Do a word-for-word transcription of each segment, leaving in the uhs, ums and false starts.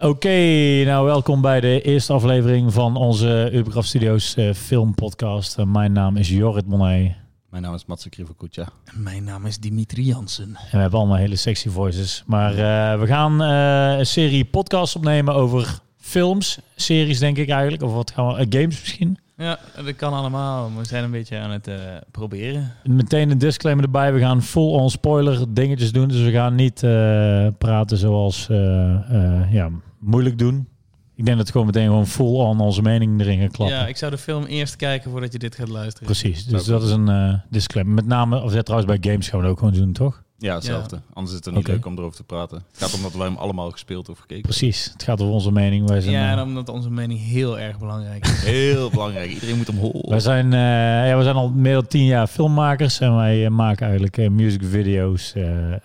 Oké, okay, nou welkom bij de eerste aflevering van onze Ubergraf Studios uh, filmpodcast. Uh, mijn naam is Jorrit Monet. Mijn naam is Matze Krivokucha. Mijn naam is Dimitri Jansen. En we hebben allemaal hele sexy voices. Maar uh, we gaan uh, een serie podcasts opnemen over films, series denk ik eigenlijk. Of wat gaan we, uh, games misschien? Ja, dat kan allemaal. We zijn een beetje aan het uh, proberen. Meteen een disclaimer erbij. We gaan full-on spoiler dingetjes doen. Dus we gaan niet uh, praten zoals uh, uh, ja, moeilijk doen. Ik denk dat we gewoon meteen gewoon full-on onze mening erin gaan klappen. Ja, ik zou de film eerst kijken voordat je dit gaat luisteren. Precies, dus dat is een uh, disclaimer. Met name, of ja, trouwens bij games gaan we dat ook gewoon doen, toch? Ja, hetzelfde. Ja. Anders is het er niet okay. leuk om erover te praten. Het gaat omdat wij hem allemaal gespeeld of gekeken Precies, het gaat over onze mening. Wij zijn, ja, en uh, omdat onze mening heel erg belangrijk is. Heel belangrijk. Iedereen moet hem horen. Wij zijn, uh, ja, we zijn al meer dan tien jaar filmmakers. En wij uh, maken eigenlijk uh, music video's, uh, uh,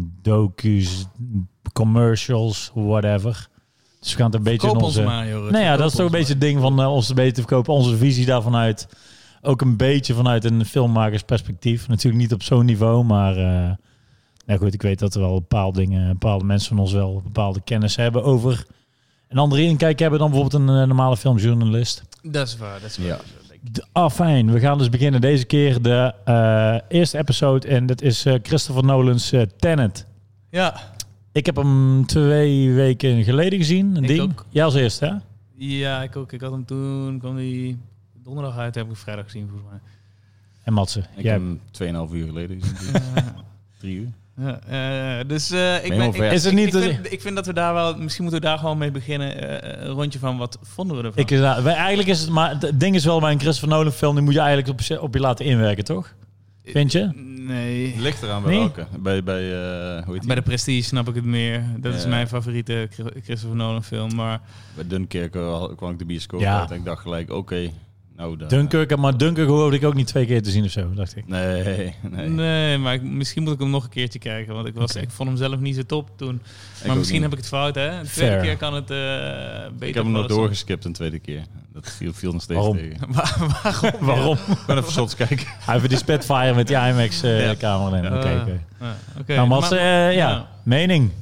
docu's, commercials, whatever. Dus we gaan het een beetje Verkoop in onze... maar, joh, nee, ja, dat is toch een beetje het ding van uh, ons te beter te verkopen. Onze visie daarvan uit. Ook een beetje vanuit een filmmakersperspectief. Natuurlijk niet op zo'n niveau, maar... Uh, ja, goed, ik weet dat er wel bepaalde dingen, bepaalde mensen van ons wel bepaalde kennis hebben over een andere inkijk hebben dan bijvoorbeeld een uh, normale filmjournalist. Dat is waar, dat is waar. Ja. Ah, fijn. We gaan dus beginnen deze keer de uh, eerste episode en dat is uh, Christopher Nolan's uh, Tenet. Ja. Ik heb hem twee weken geleden gezien, een ik ding. Ook. Jij als eerste, hè? Ja, ik ook. Ik had hem toen, kwam die donderdag uit, heb ik vrijdag gezien volgens mij. En Matze? Ik jij... heb hem tweeënhalf uur geleden gezien. Drie uur. Ja, uh, dus uh, ik, ben, ik, is het niet ik, ik, vind, ik vind dat we daar wel... Misschien moeten we daar gewoon mee beginnen. Uh, een rondje van wat vonden we ervan? Ik, uh, eigenlijk is het maar... Het ding is wel bij een Christopher Nolan film... die moet je eigenlijk op, op je laten inwerken, toch? Vind je? Nee. Ligt eraan bij nee? welke. Bij, bij, uh, hoe heet bij de Prestige snap ik het meer. Dat ja. is mijn favoriete Christopher Nolan film. Maar... Bij Dunkirk kwam ik de bioscoop ja. uit en ik dacht gelijk... Oké. Okay, Nou, dan, Dunkirk, maar Dunkirk hoorde ik ook niet twee keer te zien of zo, dacht ik. Nee, nee. Nee, maar ik, misschien moet ik hem nog een keertje kijken. Want ik, was, okay. ik vond hem zelf niet zo top toen. Maar ik misschien heb ik het fout, hè? De tweede Fair. keer kan het uh, beter. Ik heb hem nog doorgeskipt een tweede keer. Dat viel, viel nog steeds Waarom? tegen. Waar, waarom? Waarom? Gewoon even shots kijken. Hij heeft die Spitfire met die IMAX-camera uh, ja. Oké, uh, oké. Uh, okay. Nou, Mats, uh, ja, ja, mening?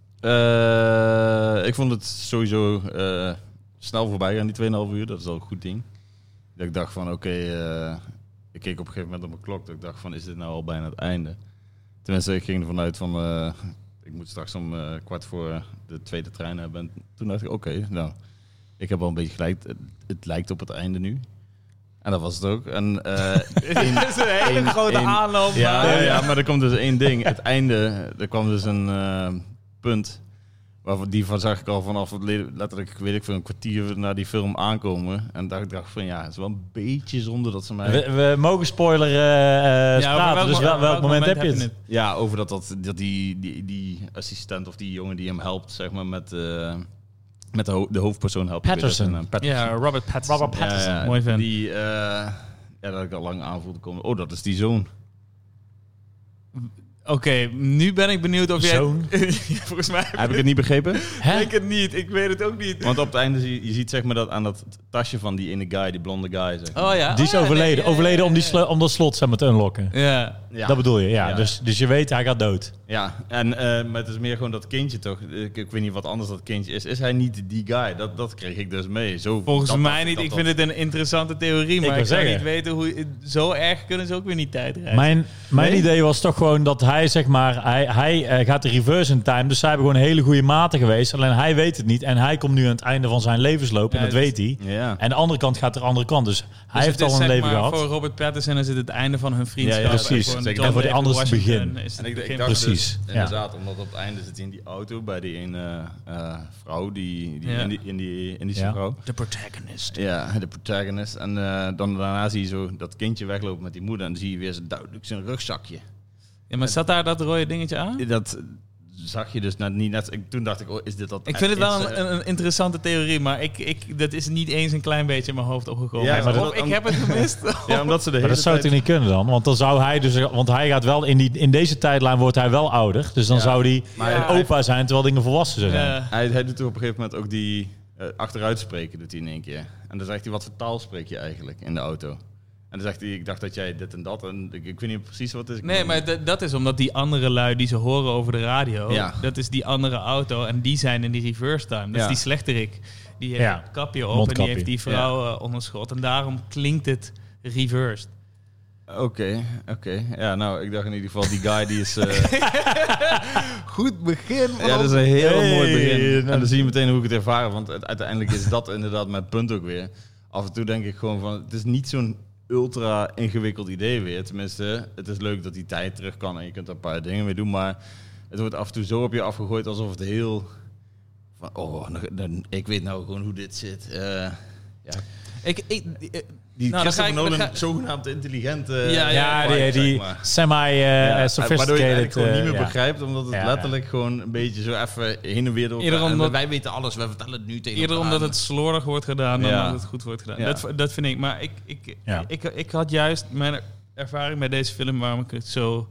Uh, ik vond het sowieso uh, snel voorbij gaan, die tweeënhalf uur. Dat is al een goed ding. Dat ik dacht van, oké, okay, uh, ik keek op een gegeven moment op mijn klok. Dat ik dacht van, is dit nou al bijna het einde? Tenminste, ik ging ervan uit van, uh, ik moet straks om uh, kwart voor de tweede trein hebben. En toen dacht ik, oké, okay, nou, ik heb al een beetje gelijk. Het, het lijkt op het einde nu. En dat was het ook. En, uh, een, dat is een hele een, grote een, aanloop. Ja, ja, ja, maar er komt dus één ding. Het einde, er kwam dus een uh, punt... Waarvan die van zag ik al vanaf letterlijk, weet ik veel, een kwartier naar die film aankomen. En dacht ik dacht van ja, het is wel een beetje zonde dat ze mij... We, we mogen spoiler uh, uh, ja, praten, dus wel, welk, welk moment, moment heb je het? het? Ja, over dat, dat, dat die, die, die assistent of die jongen die hem helpt, zeg maar, met, uh, met de, ho- de hoofdpersoon helpt. Patterson. Uh, Patterson. Ja, Robert Patterson. Robert Patterson, ja, ja, mooi vent. Die, uh, ja, dat ik al lang aanvoelde komen. Oh, dat is die zoon. Oké, okay, nu ben ik benieuwd of jij... Zoon? ja, volgens mij... Heb ik het niet begrepen? Hè? Ik het niet, ik weet het ook niet. Want op het einde zie je, je ziet zeg maar dat aan dat tasje van die ene guy, die blonde guy. Zeg maar. Oh ja? Die is oh, ja, overleden. nee, ja, overleden ja, ja, om, die slu- om dat slot zeg maar, te unlocken. Ja. ja. Dat bedoel je, ja. ja. Dus, dus je weet, hij gaat dood. Ja, en uh, maar het is meer gewoon dat kindje toch. Ik, ik weet niet wat anders dat kindje is. Is hij niet die guy? Dat, dat kreeg ik dus mee. Zo, Volgens dat, mij dat, niet. Dat, ik dat, vind het een interessante theorie, maar ik, ik zou niet weten hoe... Zo erg kunnen ze ook weer niet tijdreizen. Mijn, mijn nee? idee was toch gewoon dat hij, zeg maar... Hij, hij uh, gaat de reverse in time. Dus zij hebben gewoon hele goede maten geweest. Alleen hij weet het niet. En hij komt nu aan het einde van zijn levensloop. Ja, en dat dus, weet hij. Ja. En de andere kant gaat de andere kant. Dus, dus hij heeft al een zeg leven maar, gehad. Voor Robert Pattinson is het het einde van hun vriendschap. Ja, ja, precies. En voor, en voor de anderen is het begin. Is het en ik, begin. ik dacht precies. Dus, inderdaad, ja. Omdat op het einde zit hij in die auto bij die ene uh, vrouw. Die, die, ja. in die, in die Indische ja. vrouw. De protagonist. Ja, de protagonist. En uh, dan daarna zie je zo dat kindje weglopen met die moeder. En dan zie je weer zo duidelijk zijn rugzakje. Ja, maar zat daar dat rode dingetje aan? Dat... zag je dus net niet net. Ik, toen dacht ik, oh, is dit dat? Ik vind het wel een, een interessante theorie, maar ik, ik, dat is niet eens een klein beetje in mijn hoofd opgekomen. Ja, maar of dat, ik heb het gemist. Ja, omdat ze de hele maar dat zou tijd... toch niet kunnen dan? Want dan zou hij dus, want hij gaat wel in die in deze tijdlijn wordt hij wel ouder, dus dan ja. zou hij ja. een opa zijn terwijl dingen volwassen zijn. Ja. Hij, hij doet op een gegeven moment ook die uh, achteruit spreken doet hij in één keer. En dan zegt hij, wat voor taal spreek je eigenlijk in de auto? En dan zegt hij, ik dacht dat jij dit en dat. En ik, ik weet niet precies wat het is. Ik Nee, maar d- dat is omdat die andere lui die ze horen over de radio... Ja. dat is die andere auto en die zijn in die reverse time. Dat Ja. is die slechterik. Die heeft Ja. een kapje op Mondkapje. en die heeft die vrouw uh, onder schot. En daarom klinkt het reversed. Oké, okay, oké. Okay. Ja, nou, ik dacht in ieder geval, die guy die is... Uh... Goed begin. Ja, dat is een heel Hey. mooi begin. En dan zie je meteen hoe ik het ervaren. Want het, uiteindelijk is dat inderdaad mijn punt ook weer. Af en toe denk ik gewoon van... Het is niet zo'n ultra ingewikkeld idee weer. Tenminste, het is leuk dat die tijd terug kan. En je kunt er een paar dingen mee doen. Maar het wordt af en toe zo op je afgegooid alsof het heel... Van, oh, dan, ik weet nou gewoon hoe dit zit. Uh, ja. Ik... ik, ik Die nou, Christopher dan ga ik, Nolan, dan ga... zogenaamd intelligente... Ja, Ja, wife, die, die zeg maar. semi-sophisticated... Waardoor je het eigenlijk gewoon uh, niet meer ja. begrijpt, omdat het Ja, letterlijk gewoon een beetje zo even heen en weer door Eerder elkaar- omdat- en wij weten alles, wij vertellen het nu tegen Eerder elkaar. omdat het slordig wordt gedaan dan Ja. dat het goed wordt gedaan. Ja. Dat, dat vind ik. Maar ik, ik, Ja. ik, ik, ik had juist mijn ervaring met deze film, waarom ik het zo...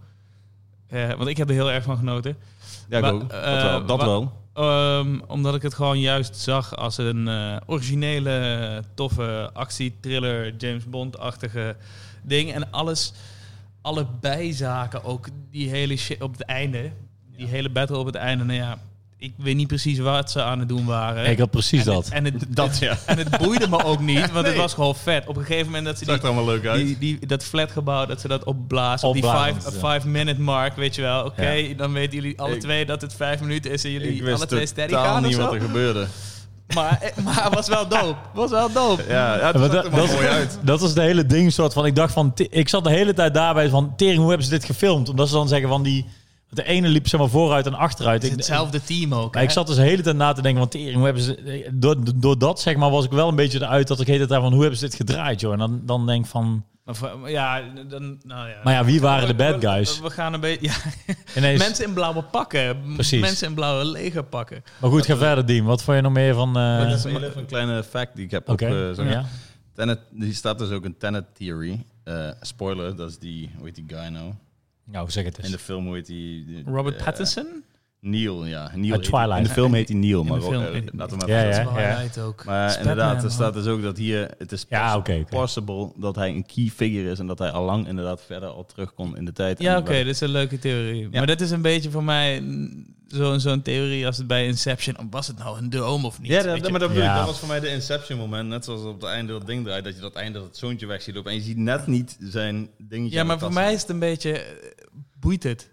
Eh, want ik heb er heel erg van genoten. Ja, ik Wa- ook. uh, dat wel. Dat wa- wel. Um, omdat ik het gewoon juist zag als een uh, originele, toffe actie-thriller, James Bond-achtige ding. En alles, alle bijzaken, ook die hele shit op het einde, die Ja. hele battle op het einde. Nou ja, ik weet niet precies wat ze aan het doen waren. Ik had precies en dat. Het, en, het, Dat, ja. en het boeide me ook niet, want Nee. het was gewoon vet. Op een gegeven moment dat ze Het zag die, er allemaal leuk uit. die, die, dat flatgebouw, dat ze dat opblazen op die Opblazen, five, ja. five minute mark, weet je wel. Oké, Ja. dan weten jullie alle Ik- twee dat het vijf minuten is en jullie ik alle wist twee steady totaal gaan of niet zo. wat er gebeurde. Maar, eh, maar het was wel dope. was wel dope. Ja, ja het Maar zag dat, er maar dat, mooi uit. dat was de hele ding soort van. Ik dacht van, te- ik zat de hele tijd daarbij van, tering, hoe hebben ze dit gefilmd? Omdat ze dan zeggen van die, de ene liep zeg maar vooruit en achteruit. Het is Ik- hetzelfde team ook. Maar hè? ik zat dus de hele tijd na te denken van, tering, hoe hebben ze, door, door dat zeg maar was ik wel een beetje eruit dat ik de hele tijd van, hoe hebben ze dit gedraaid, joh? En dan, dan denk ik van, Maar voor- ja, dan, nou ja. maar ja, wie waren de We- bad we- guys? We, gaan een beetje... Ja, Ineens, mensen in blauwe pakken. M- Precies. Mensen in blauwe legerpakken. maar goed, ga verder, Diem. Wat vond je nog meer van... eh, Dat is heel even een kleine fact die ik heb Oké, op... Uh, zo- ja. Tenet, die staat dus ook in Tenet Theory. Uh, spoiler, dat is die... Hoe heet die guy nou? Nou, zeg het In eens. de film, hoe heet die... die- Robert eh, Pattinson? Neil, ja. Neil Uit heet Twilight. die. In de film heet hij Neil, In de maar film- uh, laten we maar Ja, even- ja. Twilight ook. Maar Is inderdaad, Batman, er staat dus ook dat hier... Het is Ja, poss- oké, oké. possible dat hij een key figure is... en dat hij allang inderdaad verder al terug kon in de tijd. Ja, En oké, wel- dat is een leuke theorie. Ja. Maar dat is een beetje voor mij mm, zo'n zo'n theorie als het bij Inception... Oh, was het nou een droom of niet? Ja, Weet dat, je? maar dat, bedoel Ja. ik, dat was voor mij de Inception moment. Net zoals op het einde dat ding draait, dat je dat einde dat zoontje weg ziet lopen. En je ziet net niet zijn dingetje. Ja, aan maar de voor tas mij is het een beetje... eh, boeit het?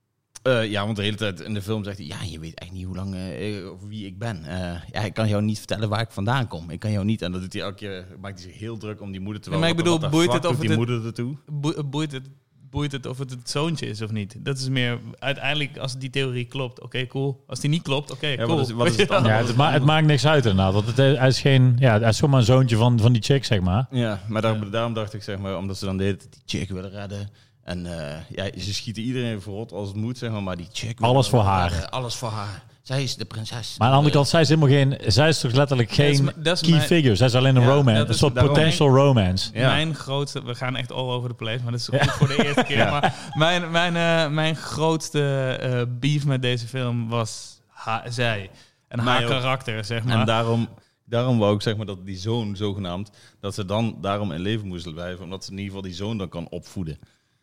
Uh, ja, want de hele tijd in de film zegt hij... Ja, je weet echt niet hoe lang... Uh, of wie ik ben. Uh, ja, ik kan jou niet vertellen waar ik vandaan kom. Ik kan jou niet... En dat doet hij elke keer... Maakt hij zich heel druk om die moeder te... Ja, maar ik bedoel, boeit het of die het- moeder ertoe? Boe- boeit het? Boeit het of het het zoontje is of niet? Dat is meer... Uiteindelijk, als die theorie klopt, oké, cool. Als die niet klopt, oké, Ja, cool. wat is- wat is het dan? Ja, het, ma- het maakt niks uit inderdaad. Want het, is- hij is geen... Ja, hij is gewoon maar een zoontje van, van die chick, zeg maar. Ja, maar daar, daarom dacht ik, zeg maar... Omdat ze dan de hele tijd die chick willen redden... En uh, ja, ze schieten iedereen verrot als het moet, zeg maar. Maar die chick... wil Alles voor redden, haar. Alles voor haar. Zij is de prinses. Maar aan de andere kant, zij is helemaal geen... Zij is toch letterlijk Dat is geen m- dat is key mijn- figure. Zij is alleen een Ja, romance. dat Een is soort daarom- potential romance. Ja. Mijn grootste... We gaan echt all over the place, maar dat is goed voor de eerste keer. Ja. Maar mijn, mijn, uh, mijn grootste uh, beef met deze film was ha- zij. En Mij haar ook. karakter, zeg maar. En daarom, daarom wou ik zeg maar dat die zoon zogenaamd, dat ze dan daarom in leven moesten blijven, omdat ze in ieder geval die zoon dan kan opvoeden.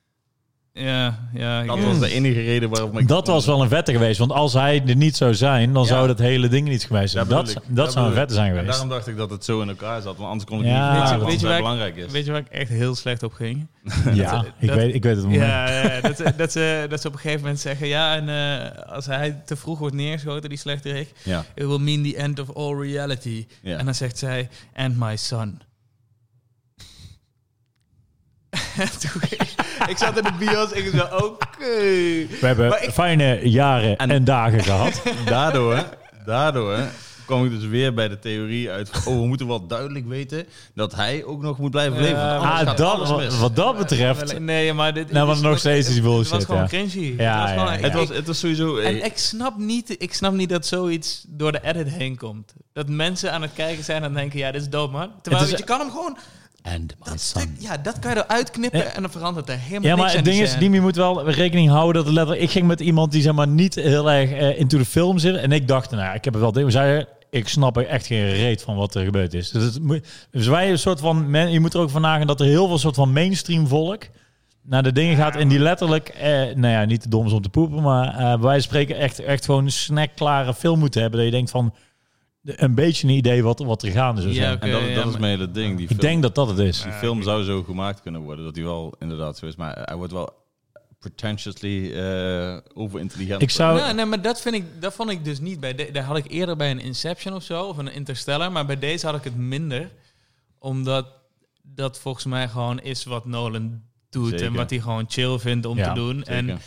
Ja, ja. Dat ik- was de enige reden waarom ik... Dat was wel een vette geweest. Want als hij er niet zou zijn, dan Ja. zou dat hele ding niet geweest zijn. Ja, Dat, bedoel ik. dat, Dat zou een bedoel vette zijn En geweest. daarom dacht ik dat het zo in elkaar zat, want anders kon ik Ja. niet Weet vragen je- wat weet je het waar belangrijk is. Weet je waar ik echt heel slecht op ging? Ja, dat- ik, dat- weet, ik weet het moment. Ja, ja, dat, ze- dat, ze, dat ze op een gegeven moment zeggen... Ja, en uh, als hij te vroeg wordt neergeschoten, die slechterik... Ja. It will mean the end of all reality. Ja. En dan zegt zij... And my son. Toen ging- ik zat in de bios en ik zei... Oké. We hebben Maar ik- fijne jaren en, En- dagen gehad. Daardoor, daardoor kwam ik dus weer bij de theorie uit van, oh, we moeten wel duidelijk weten dat hij ook nog moet blijven leven. Ja, want anders Ah, gaat dat, alles wat, mis. wat dat betreft... Nee, maar dit... Nou, maar dit- nog steeds is die bullshit, Het was gewoon ja. cringy. Ja, het was gewoon, ja, ik- Het was, ik- het was sowieso... En ik snap, niet, ik snap niet dat zoiets door de edit heen komt. Dat mensen aan het kijken zijn en denken... Ja, dit is dope, man. Terwijl Het is- je kan hem gewoon... And my Dat son. stuk, ja, dat kan je eruit knippen Ja. en dan verandert er helemaal Ja, niks maar aan het die ding is, scène. Dimi moet wel rekening houden dat het letterlijk... Ik ging met iemand die zeg maar niet heel erg uh, into de film zit. En ik dacht, nou ja, ik heb het wel... We zeiden, ik snap er echt geen reet van wat er gebeurd is. Dus, het moet, dus wij een soort van... Men, je moet er ook van nagaan dat er heel veel soort van mainstream volk naar de dingen gaat en die letterlijk... Eh, nou ja, niet te dom is om te poepen, maar uh, bij wijze van spreken echt, echt gewoon een snackklare film moeten hebben. Dat je denkt van... Een beetje een idee wat, wat er gaande zou zijn. Ja, okay, en dat, ja, dat is maar... mijn hele ding. Die Ik film, denk dat dat het is. Die film zou zo gemaakt kunnen worden. Dat hij wel inderdaad zo is. Maar hij wordt wel pretentiously uh, overintelligent. Ik zou... Nee, nee, maar dat, vind ik, dat vond ik dus niet. Bij de, daar had ik eerder bij een Inception of zo. Of een Interstellar. Maar bij deze had ik het minder. Omdat dat volgens mij gewoon is wat Nolan doet. Zeker. En wat hij gewoon chill vindt om Ja, te doen. Zeker.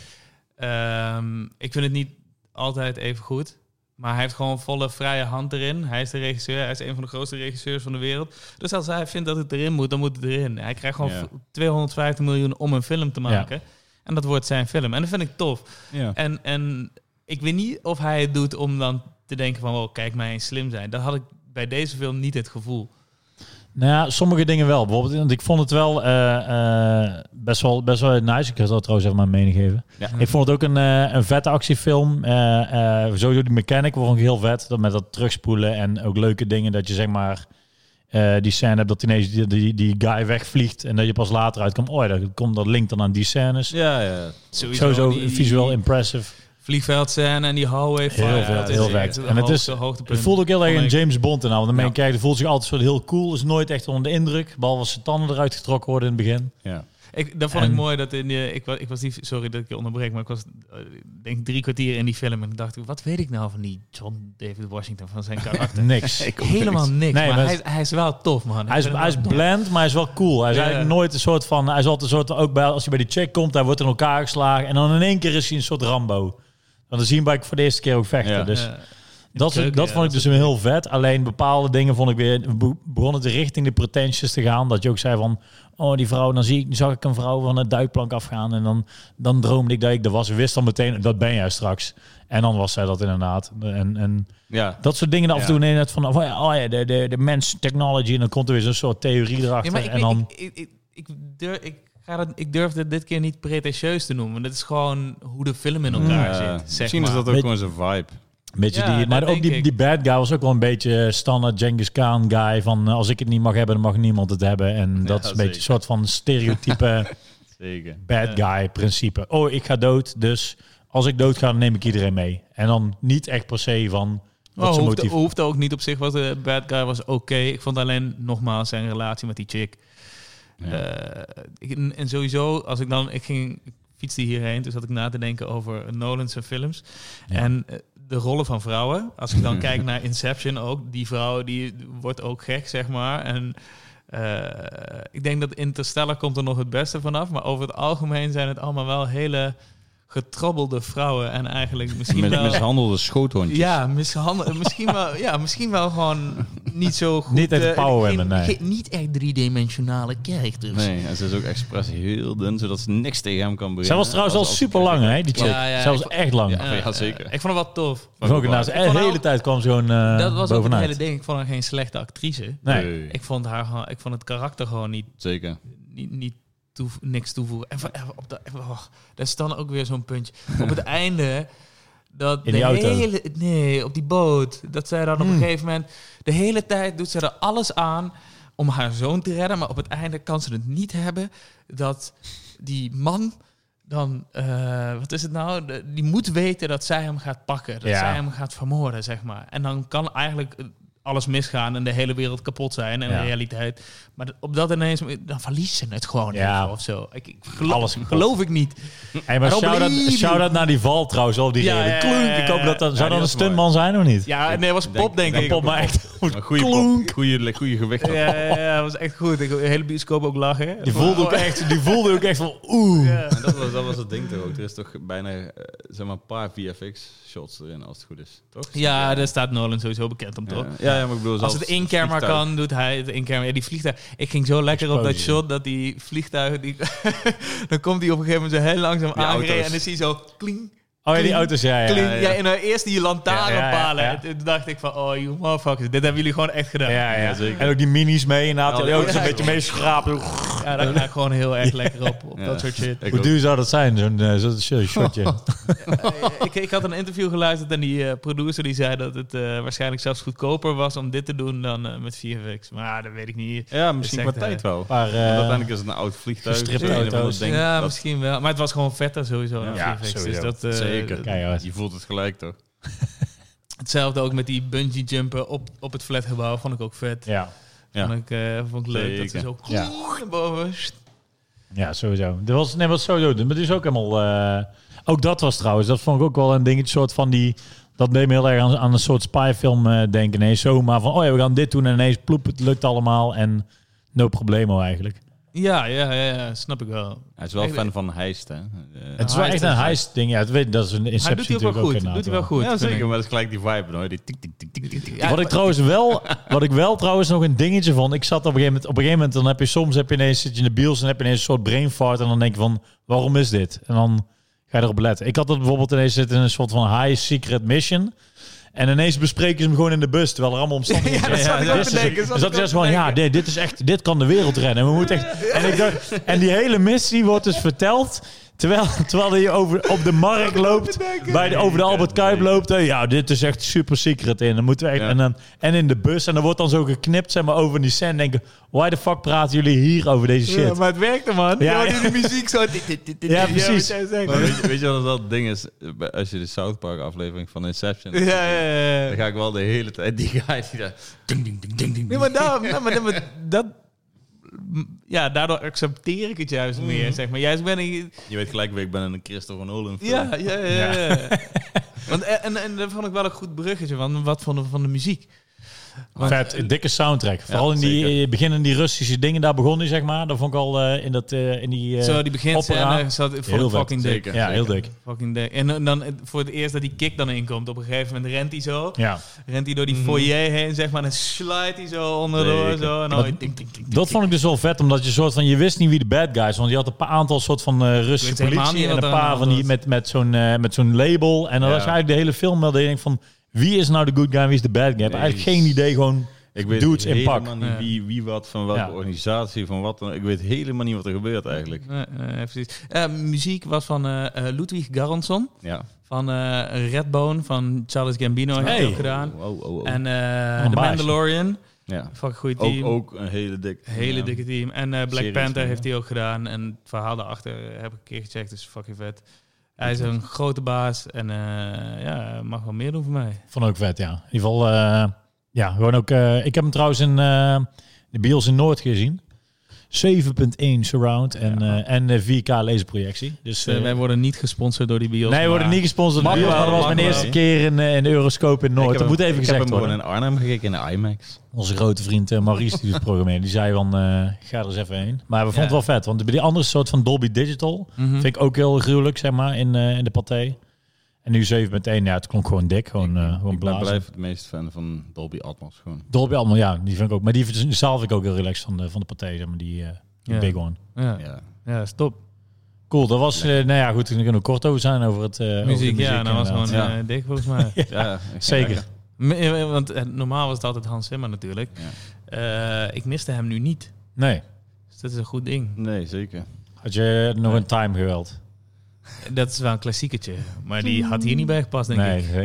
En um, ik vind het niet altijd even goed. Maar hij heeft gewoon volle vrije hand erin. Hij is de regisseur. Hij is een van de grootste regisseurs van de wereld. Dus als hij vindt dat het erin moet, dan moet het erin. Hij krijgt gewoon Ja. tweehonderdvijftig miljoen om een film te maken. Ja. En dat wordt zijn film. En dat vind ik tof. Ja. En, en ik weet niet of hij het doet om dan te denken van... Oh, kijk mij eens slim zijn. Dat had ik bij deze film niet het gevoel. Nou ja, sommige dingen wel. Bijvoorbeeld, want ik vond het wel uh, uh, best wel best wel nice. Ik ga dat trouwens even mijn mening geven. Ja. Ik vond het ook een, uh, een vette actiefilm. Uh, uh, sowieso die mechanic vond ik heel vet. Dat met dat terugspoelen en ook leuke dingen dat je zeg maar uh, die scène hebt dat ineens die, die, die guy wegvliegt en dat je pas later uitkomt. Oh ja, dat komt dat linkt dan aan die scènes. Ja, ja. Sowieso, Sowieso die, visueel die impressive. Vliegveldscène en die hallway. Heel ja, vet, het heel is vet. echt En het is, hoogtepunt. het voelt ook heel erg een James Bond in. Want de main Ja. character voelt zich altijd soort heel cool. Is nooit echt onder de indruk. Behalve als zijn tanden eruit getrokken worden in het begin. Ja. Ik, dat vond En- ik mooi. Dat in die, ik, was, ik was die, sorry dat ik je onderbreek, maar ik was uh, denk ik drie kwartier in die film. En ik dacht, wat weet ik nou van die John David Washington, van zijn karakter? Niks. Helemaal niks. Nee, maar maar hij, hij is wel tof, man. Hij is, hij is bland, maar hij is wel cool. Hij is Ja. eigenlijk nooit een soort van... Hij is altijd een soort... Ook bij, als hij bij die check komt, hij wordt in elkaar geslagen. En dan in één keer is hij een soort Rambo. Want dan zien we voor de eerste keer ook vechten. Ja. Dus Uh, dat, keuken, dat ja, vond ik dat dus is- heel vet. Alleen bepaalde dingen vond ik weer... be- begon het richting de pretentious te gaan. Dat je ook zei van... Oh, die vrouw... Dan zie ik, zag ik een vrouw van het duikplank afgaan. En dan, dan droomde ik dat ik er was. Ik wist dan meteen, dat ben jij straks. En dan was zij dat inderdaad. En... en Ja. dat soort dingen af en toe Ja. net van... Oh ja, oh ja de, de, de mens technology. En dan komt er weer zo'n soort theorie erachter. Ja, maar ik, en dan... ik, ik, ik, ik, durf, ik, ga dat, ik durf het dit keer niet pretentieus te noemen. Dat is gewoon hoe de film in elkaar Ja. zit. Zeg Misschien maar. is dat ook Weet- gewoon zijn vibe. Beetje Ja, die, maar dat ook denk die, ik. die bad guy was ook wel een beetje standaard Genghis Khan guy. Van uh, als ik het niet mag hebben, dan mag niemand het hebben. En dat Ja, is een beetje een zeker. soort van stereotype Zeker. bad guy principe. Oh, ik ga dood, dus als ik dood ga, dan neem ik iedereen mee. En dan niet echt per se van wat Oh, zijn hoeft, motief. hoeft ook niet op zich. Was de bad guy was oké. Ik vond alleen nogmaals zijn relatie met die chick. Ja. Uh, ik, en- en sowieso, als ik dan... Ik ging ik fietste hierheen, dus zat ik na te denken over Nolan's films. Ja. En uh, de rollen van vrouwen. Als ik dan kijk naar Inception ook. Die vrouw, die wordt ook gek, zeg maar. En uh, ik denk dat Interstellar komt er nog het beste vanaf. Maar over het algemeen zijn het allemaal wel hele getrobbelde vrouwen. En eigenlijk misschien Met wel... mishandelde schoothondjes. Ja, mishandel, misschien, wel, ja, misschien wel gewoon niet zo goed. Niet echt eh, power geen- women, nee. geen- Niet echt driedimensionale characters. Nee, en ze is ook expres heel dun, zodat ze niks tegen hem kan beginnen. Zij was trouwens al Als- als- super lang, hè, die chick. Ja, ja, Zij was ik vo- echt lang. Ja. Ja. Ja, zeker. Eh, ik vond het wel tof. ook naast, Ik de vond hele haar- tijd kwam ze gewoon uh, Dat was ook het bovenuit. hele ding. Ik vond haar geen slechte actrice. Nee. Nee, Ik vond, haar, gewoon- ik vond het karakter gewoon niet, zeker. niet, niet toe, niks toevoegen. En van- en op de, oh, dat is dan ook weer zo'n puntje. Op het einde... Dat In die de auto? hele, nee, op die boot. Dat zij dan op Hmm. een gegeven moment... De hele tijd doet ze er alles aan om haar zoon te redden. Maar op het einde kan ze het niet hebben dat die man dan... eh, wat is het nou? De- die moet weten dat zij hem gaat pakken. Dat Ja. zij hem gaat vermoorden, zeg maar. En dan kan eigenlijk alles misgaan en de hele wereld kapot zijn en Ja. de realiteit. Maar op dat ineens... Dan verliest ze het gewoon Ja. even of zo. Ik, ik geloof, Alles kapot. geloof ik niet. Hey, maar I don't shout-out, believe you. shout-out naar die val trouwens, op die Ja, reden. ja, Klunk, ja, ik hoop dat dat... ja, Zou die dat een was mooi. stuntman zijn of niet? Ja, nee, het was pop, denk, Een ik. pop, maar echt... Een goede Klonk. pop, goede, goede gewicht. had. Ja, ja, ja, dat was echt goed. Ik de hele bioscoop ook lachen. Die voelde ook echt, die voelde ook echt van... Oeh. Ja. En dat was, dat was het ding toch ook. Er is toch bijna eh, zeg maar een paar V F X-shots erin, als het goed is. Toch? Ja, daar staat Nolan sowieso bekend om, toch? Ja, ja, maar ik bedoel... Als zelfs het in-camera vliegtuig. kan, doet hij het in-camera. Ja, die vliegtuig... Ik ging zo lekker op dat Explosie. shot dat die vliegtuigen... Die dan komt hij op een gegeven moment zo heel langzaam Die aangereden auto's. en dan zie je zo... Kling, Oh ja, die Kling, auto's, ja, ja. kling. ja, Ja, ja. en dan eerst die lantaarnpalen. Ja, ja, ja. En toen dacht ik van... Oh, you motherfuckers. Dit hebben jullie gewoon echt gedaan. Ja, ja. Ja, zeker. En ook die minis mee, inderdaad. Ja, Die auto's ja. een beetje meeschrapen. Ja, daar ga ik gewoon heel erg lekker op, op Ja. dat soort shit. Ik Hoe ook. duur zou dat zijn, zo'n uh, zo zo shotje? Uh, ik, ik had een interview geluisterd en die uh, producer die zei dat het uh, waarschijnlijk zelfs goedkoper was om dit te doen dan uh, met vier F X. Maar dat weet ik niet. Ja, misschien is qua echt, tijd uh, wel. Maar, uh, Want uiteindelijk is het een oud vliegtuig. gestripte Een of ander auto's. ding. ja, Dat- misschien wel. Maar het was gewoon vetter sowieso dan Ja, vier F X. sowieso. Dus dat, uh, Zeker. Keihard. Je voelt het gelijk toch? Hetzelfde ook met die bungee jumpen op, op het flatgebouw. Vond ik ook vet. Ja. Ja. Vond, ik, uh, vond ik leuk dat ze Zeker. zo Ja. naar boven. Ja, sowieso. Dat was, nee, was sowieso. Maar het is ook helemaal... Uh, ook dat was trouwens, dat vond ik ook wel een dingetje, soort van die... Dat deed me heel erg aan, aan een soort spyfilm uh, denken. Nee, zomaar van, oh ja, we gaan dit doen en ineens ploep, het lukt allemaal en no problemo eigenlijk. Ja, ja, ja, ja, snap ik wel. Hij is wel Echt, fan van heist, hè? Uh, Het is wel heist echt een is- heist ding. Ja, het weet, dat is een Hij Inception doet hij ook wel natuurlijk goed. inderdaad Doet hij wel goed. ja, vind zeker. ik. Maar dat is gelijk die vibe, hoor. Die tik, tik, tik, tik, tik, tik. Ja, wat ik trouwens wel, wat ik wel trouwens nog een dingetje vond. Ik zat op een gegeven moment, op een gegeven moment dan heb je soms heb je ineens zit je in de bios en heb je ineens een soort brain fart en dan denk je van waarom is dit? En dan ga je erop letten. Ik had dat bijvoorbeeld ineens zitten in een soort van high secret mission. En ineens bespreken ze hem gewoon in de bus, terwijl er allemaal omstandigheden Ja, dat zijn. zat ik ook Dus te denken, dus zat dat ik is ook te gewoon, ja, denken. dit, dit is echt, dit kan de wereld redden. We moeten echt, en, ik dacht, en die hele missie wordt dus verteld, terwijl, terwijl je over, op de markt loopt, bij de, over de Albert Kuip loopt. En ja, dit is echt super secret in. Dan moeten we echt, Ja. en, dan, en in de bus, en dan wordt dan zo geknipt, zeg maar, over die scène. Denken, why the fuck praten jullie hier over deze shit? Ja, maar het werkte, man. Ja, Ja, ja. die muziek zo... Ja, precies. Ja, wat jij Maar zegt. weet, je, weet je wat dat ding is? Als je de South Park aflevering van Inception... Ja, ja, ja. Dan ga ik wel de hele tijd... Die guy die daar... Ding, ding, ding, ding, ding. Nee, maar, daarom, nee, maar, nee, maar dat... Ja, daardoor accepteer ik het juist meer, zeg maar. Juist ben ik... Je weet gelijk wie ik ben in een Christopher Nolan film. Ja, ja, ja. ja. Want, en, en, en dat vond ik wel een goed bruggetje, van wat vonden we van de muziek? Want, Vet, een dikke soundtrack. Vooral in zeker. die eh, begin in die Russische dingen, daar begon hij, zeg maar. Dat vond ik al eh, in, dat, eh, in die uh, Zo, die beginscène opera. zat vond Heel ik vet, fucking dik. zeker. Ja, heel dik. Fucking dik. En dan- dan voor het eerst dat die kick dan inkomt, op een gegeven moment rent hij zo. Ja. Rent hij door die Mhm. foyer heen, zeg maar, en dan slide hij zo onderdoor. Zeker. Zo, en dan Maar hoor je ting, ting, ting, ting, Dat vond ik dus wel vet, omdat je soort van, je wist niet wie de bad guys, want je had een paar aantal soort van uh, Russische weet helemaal politie niet en wat een er aan paar de van hand die was. met, met zo'n uh, met zo'n label. En dan Ja. was eigenlijk de hele film wel dat je denkt van, wie is nou de good guy en wie is de bad guy? Ik heb Nee, eigenlijk geen idee, gewoon Ik weet dudes in pak. helemaal niet Ja. wie, wie wat, van welke Ja. organisatie, van wat dan. Ik weet helemaal niet wat er gebeurt eigenlijk. Nee, nee, precies. Eh, muziek was van eh, eh, Ludwig Göransson. Ja. Van eh, Redbone, van Charles Gambino heeft Hey. hij ook gedaan. Oh, oh, oh. En eh een The baas. Mandalorian. ja. Fucking goed Ook, team. ook een hele dikke... Hele ja. dikke team. En eh, Black Series, Panther ja. heeft hij ook gedaan. En het verhaal daarachter heb ik een keer gecheckt. Dus fucking vet. Hij is een grote baas. En eh, ja, mag wel meer doen voor mij. Vond ik ook vet, ja. In ieder geval, uh, ja, gewoon ook... Uh, ik heb hem trouwens in uh, de bios in Noord gezien. zeven komma één surround en, Ja. uh, en uh, vier K laserprojectie. Dus, Dus, uh, wij worden niet gesponsord door die bios. nee, we worden maar- niet gesponsord door de Mag bios, maar dat wel, was mijn mag eerste wel. keer in, uh, in de Euroscope in Noord. Ik heb Dat moet hem- even ik gezegd heb hem worden. gewoon in Arnhem gekeken, in de IMAX. Onze grote vriend uh, Maurice, die doet programmeren, die zei van, uh, ga er eens even heen. Maar we vonden Ja. het wel vet, want bij die andere soort van Dolby Digital Mhm. vind ik ook heel gruwelijk, zeg maar, in, uh, in de paté. En nu zeven komma één, ja, het klonk gewoon dik, gewoon, uh, gewoon Ik ben blazen. blijf het meest fan van Dolby Atmos gewoon. Dolby allemaal, ja, die vind ik ook. Maar die de zaal vind ik ook heel relaxed van de, van de paté, zeg maar, die, uh, die Ja. big one. Ja, Ja. ja, stop. Cool, dat was, uh, nou ja, goed, we kunnen er kort over zijn over het uh, over de Muziek, muziek, ja, dat was inderdaad. gewoon Ja. eh, dik volgens mij. Ja, Zeker. M- Want eh, normaal was het altijd Hans Zimmer natuurlijk. Ja. Eh, ik miste hem nu niet. Nee, Dus dat is een goed ding. Nee, zeker. had je nog een time gewild? Dat is wel een klassiekertje. Maar die had hier niet bij gepast, denk Nee, ik. nee.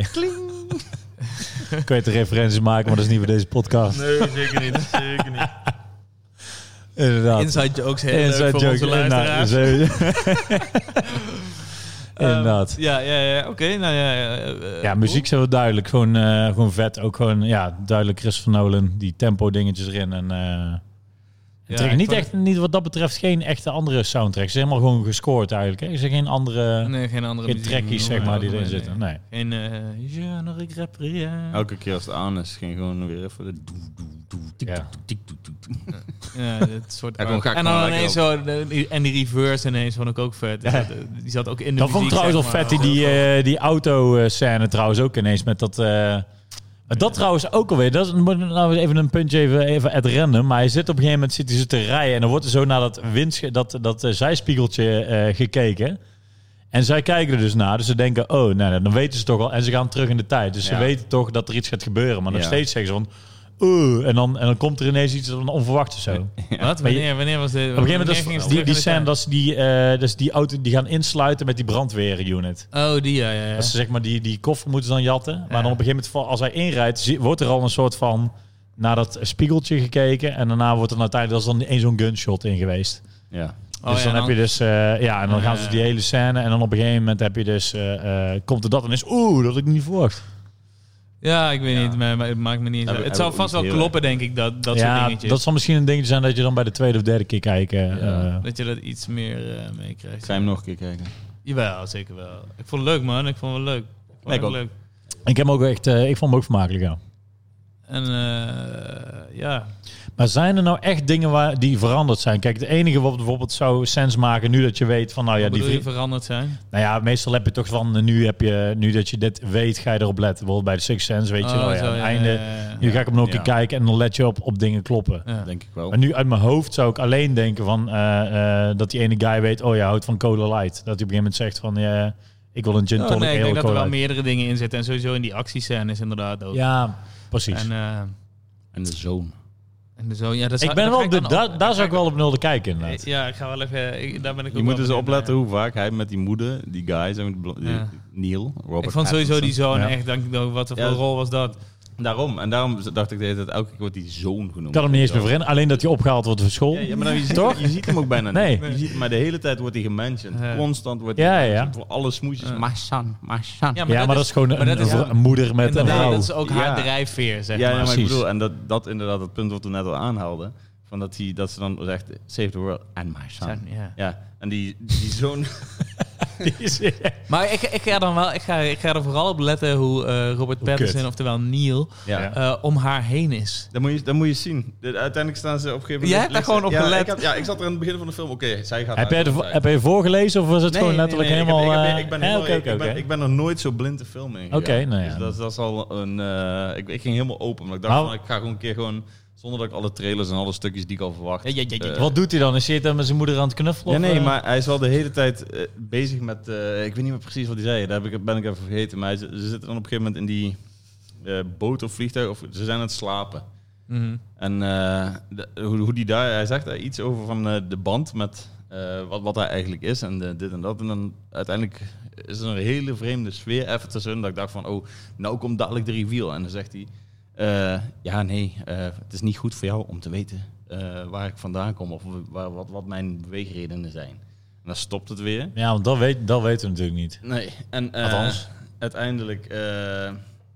Kun je de referenties maken, maar dat is niet voor deze podcast. Nee, zeker niet. Zeker niet. Inderdaad. Inside jokes heel Inside leuk voor jokes, onze luisteraars. inderdaad. Inderdaad. Um, ja, ja, ja. Oké, nou ja. Uh, Ja, muziek zijn wel duidelijk. Gewoon, uh, gewoon vet. Ook gewoon, ja, duidelijk Christopher Nolan. Die tempo dingetjes erin. En, uh, Ja, trek, ik niet vond echt, niet wat dat betreft, geen echte andere soundtracks. Ze zijn helemaal gewoon gescoord eigenlijk. Hè. Er zijn geen andere, Nee, geen andere geen muziek. trackies, zeg maar, die erin Nee, zitten. Nee. Geen uh, je ne regrette rien. Elke keer als het aan is, ging gewoon weer even de doe, doe, doe, tik, Ja. tik, tik, tik, tik, tik. Ja, het soort Ja, gewoon ga ik en gewoon dan lekker ineens zo, de- en die reverse ineens vond ik ook vet. Ja. Die, zat, die zat ook in de Dat vond ik muziek, trouwens wel zeg vet, maar. die, die, uh, die auto-scène trouwens ook ineens met dat... Uh, dat trouwens ook alweer, dat is nou even een puntje even, even at random, maar hij zit op een gegeven moment zit hij zo te rijden en dan wordt er zo naar dat, windsche, dat, dat uh, zijspiegeltje uh, gekeken. En zij kijken er dus naar, dus ze denken, oh, nou, dan weten ze toch al. En ze gaan terug in de tijd, dus Ja. ze weten toch dat er iets gaat gebeuren. Maar nog Ja. steeds zeggen ze van, Uh, en, dan, en dan komt er ineens iets onverwachts of zo. Ja. Wat? Wanneer, wanneer was dit? Op een gegeven moment is die, die scène dat ze die, uh, dus die auto die gaan insluiten met die brandweerunit. Oh, die ja, ja, ja. Dat ze zeg maar die, die koffer moeten ze dan jatten. Maar ja. dan op een gegeven moment, als hij inrijdt, zie, wordt er al een soort van naar dat spiegeltje gekeken. En daarna wordt er uiteindelijk, dat is dan één zo'n gunshot in geweest. Ja. Dus oh, ja, dan, dan heb je dus, uh, ja, en dan gaan ze die hele scène. En dan op een gegeven moment heb je dus, uh, uh, komt er dat en is, oeh, dat had ik niet verwacht. Ja, ik weet ja. niet, maar, maar het maakt me niet. Heb, het zou vast wel kloppen, denk ik, dat, dat ja, soort dingetjes. Dat zal misschien een dingetje zijn dat je dan bij de tweede of derde keer kijken. Ja, uh, dat je dat iets meer uh, meekrijgt. Ga je hem nog een keer kijken? Jawel, zeker wel. Ik vond het leuk, man. Ik vond het wel leuk. Ik vond ik het ook. leuk. Ik heb hem ook echt, uh, ik vond hem ook vermakelijk, ja. En uh, ja. Maar zijn er nou echt dingen waar die veranderd zijn? Kijk, het enige wat bijvoorbeeld zou sens maken nu dat je weet van, nou ja, Wat die die veranderd zijn. Nou ja, meestal heb je toch van, nu heb je, nu dat je dit weet, ga je erop letten. Bijvoorbeeld bij de Sixth Sense, weet je, Oh, nou ja, zo, aan het ja, einde, ja, ja, ja. nu ga ik hem nog een Ja. keer kijken en dan let je op, op dingen kloppen. Ja. Denk ik wel. Maar nu uit mijn hoofd zou ik alleen denken van, uh, uh, dat die ene guy weet, oh ja, houdt van Cola Light. Dat hij op een gegeven moment zegt van, ja, ik wil een gin tonic, Oh, nee, ik denk dat er Cola wel Light. meerdere dingen in zitten. En sowieso in die actiescène is inderdaad ook. Ja, precies. En, uh, En de zoon. en de zo, ja, dat ik zou- ben daar wel, ga ik de, dan daar, op- daar zou ga ik wel op nul te kijken inderdaad. Ja, ik ga wel even... Ik, daar ben ik ook Je moet wel eens benieuwd opletten naar. hoe vaak hij met die moeder, die guy, zeg maar, die blo- die Ja. Neil, Robert Ik vond sowieso die Pattinson. zoon Ja. echt, denk ik, ook, wat voor Ja. rol was dat? Daarom. En daarom dacht ik de hele tijd, elke keer wordt die zoon genoemd. Ik kan hem niet eens meer herinneren, alleen dat hij opgehaald wordt voor school. Ja, ja, maar nou, je, ziet, Toch? je ziet hem ook bijna Nee. niet. Je ziet, maar de hele tijd wordt hij gementiond. Ja. Constant wordt Ja, hij ja. gementiond. Voor alle smoesjes. Ja. My son, my son. Ja, Ja, maar dat is gewoon maar een, dat is- een, een moeder met een Inderdaad, vrouw. dat is ook haar Ja. drijfveer, zeg Ja, ja, maar. maar ik Precies. bedoel, en dat, dat inderdaad het punt wat we net al aanhaalden. Van dat, hij, dat ze dan zegt, save the world and my son. Zijn, ja. Ja, en die, die zoon... Die is- Maar ik, ik ga dan wel, ik ga, ik ga er vooral op letten hoe uh, Robert Hoe Pattinson, kut. oftewel Neil, ja. Ja. uh, om haar heen is. Dat moet, je, dat moet je zien. De, uiteindelijk staan ze op een gegeven moment... Jij hebt daar gewoon op ja, gelet. Ik had, ja, ik zat er aan het begin van de film. Oké, okay, zij gaat... Heb jij, naar de, huis. heb je voorgelezen of was het Nee, gewoon nee, letterlijk nee, helemaal... Ik, heb, ik, eh, heb, ik, ben hè, heel oké, nooit- oké, ik, ben, oké. ik ben er nooit zo blind de film in gegaan. Oké, nou ja. Dus dat, dat is al een... Uh, ik, ik ging helemaal open. Maar ik dacht Nou- van, ik ga gewoon een keer gewoon... Zonder dat ik alle trailers en alle stukjes die ik al verwacht... Ja, ja, ja, ja. eh, Wat doet hij dan? Is hij dan met zijn moeder aan het knuffelen? Ja, of, nee, eh? maar hij is wel de hele tijd uh, bezig met... Uh, ik weet niet meer precies wat hij zei. Daar heb ik, ben ik even vergeten. Maar hij, ze zitten dan op een gegeven moment in die uh, boot of vliegtuig. Of ze zijn aan het slapen. Mm-hmm. En uh, de, hoe, hoe die daar... Hij zegt daar iets over van uh, de band met uh, wat, wat hij eigenlijk is. En de, dit en dat. En dan uiteindelijk is er een hele vreemde sfeer even tussenin. Dat ik dacht van... Oh, nou komt dadelijk de reveal. En dan zegt hij... Uh, ja, nee, uh, het is niet goed voor jou om te weten uh, waar ik vandaan kom of waar, wat, wat mijn beweegredenen zijn. En dan stopt het weer. Ja, want dat, weet, dat weten we natuurlijk niet. Nee, en uh, Althans. uiteindelijk, uh,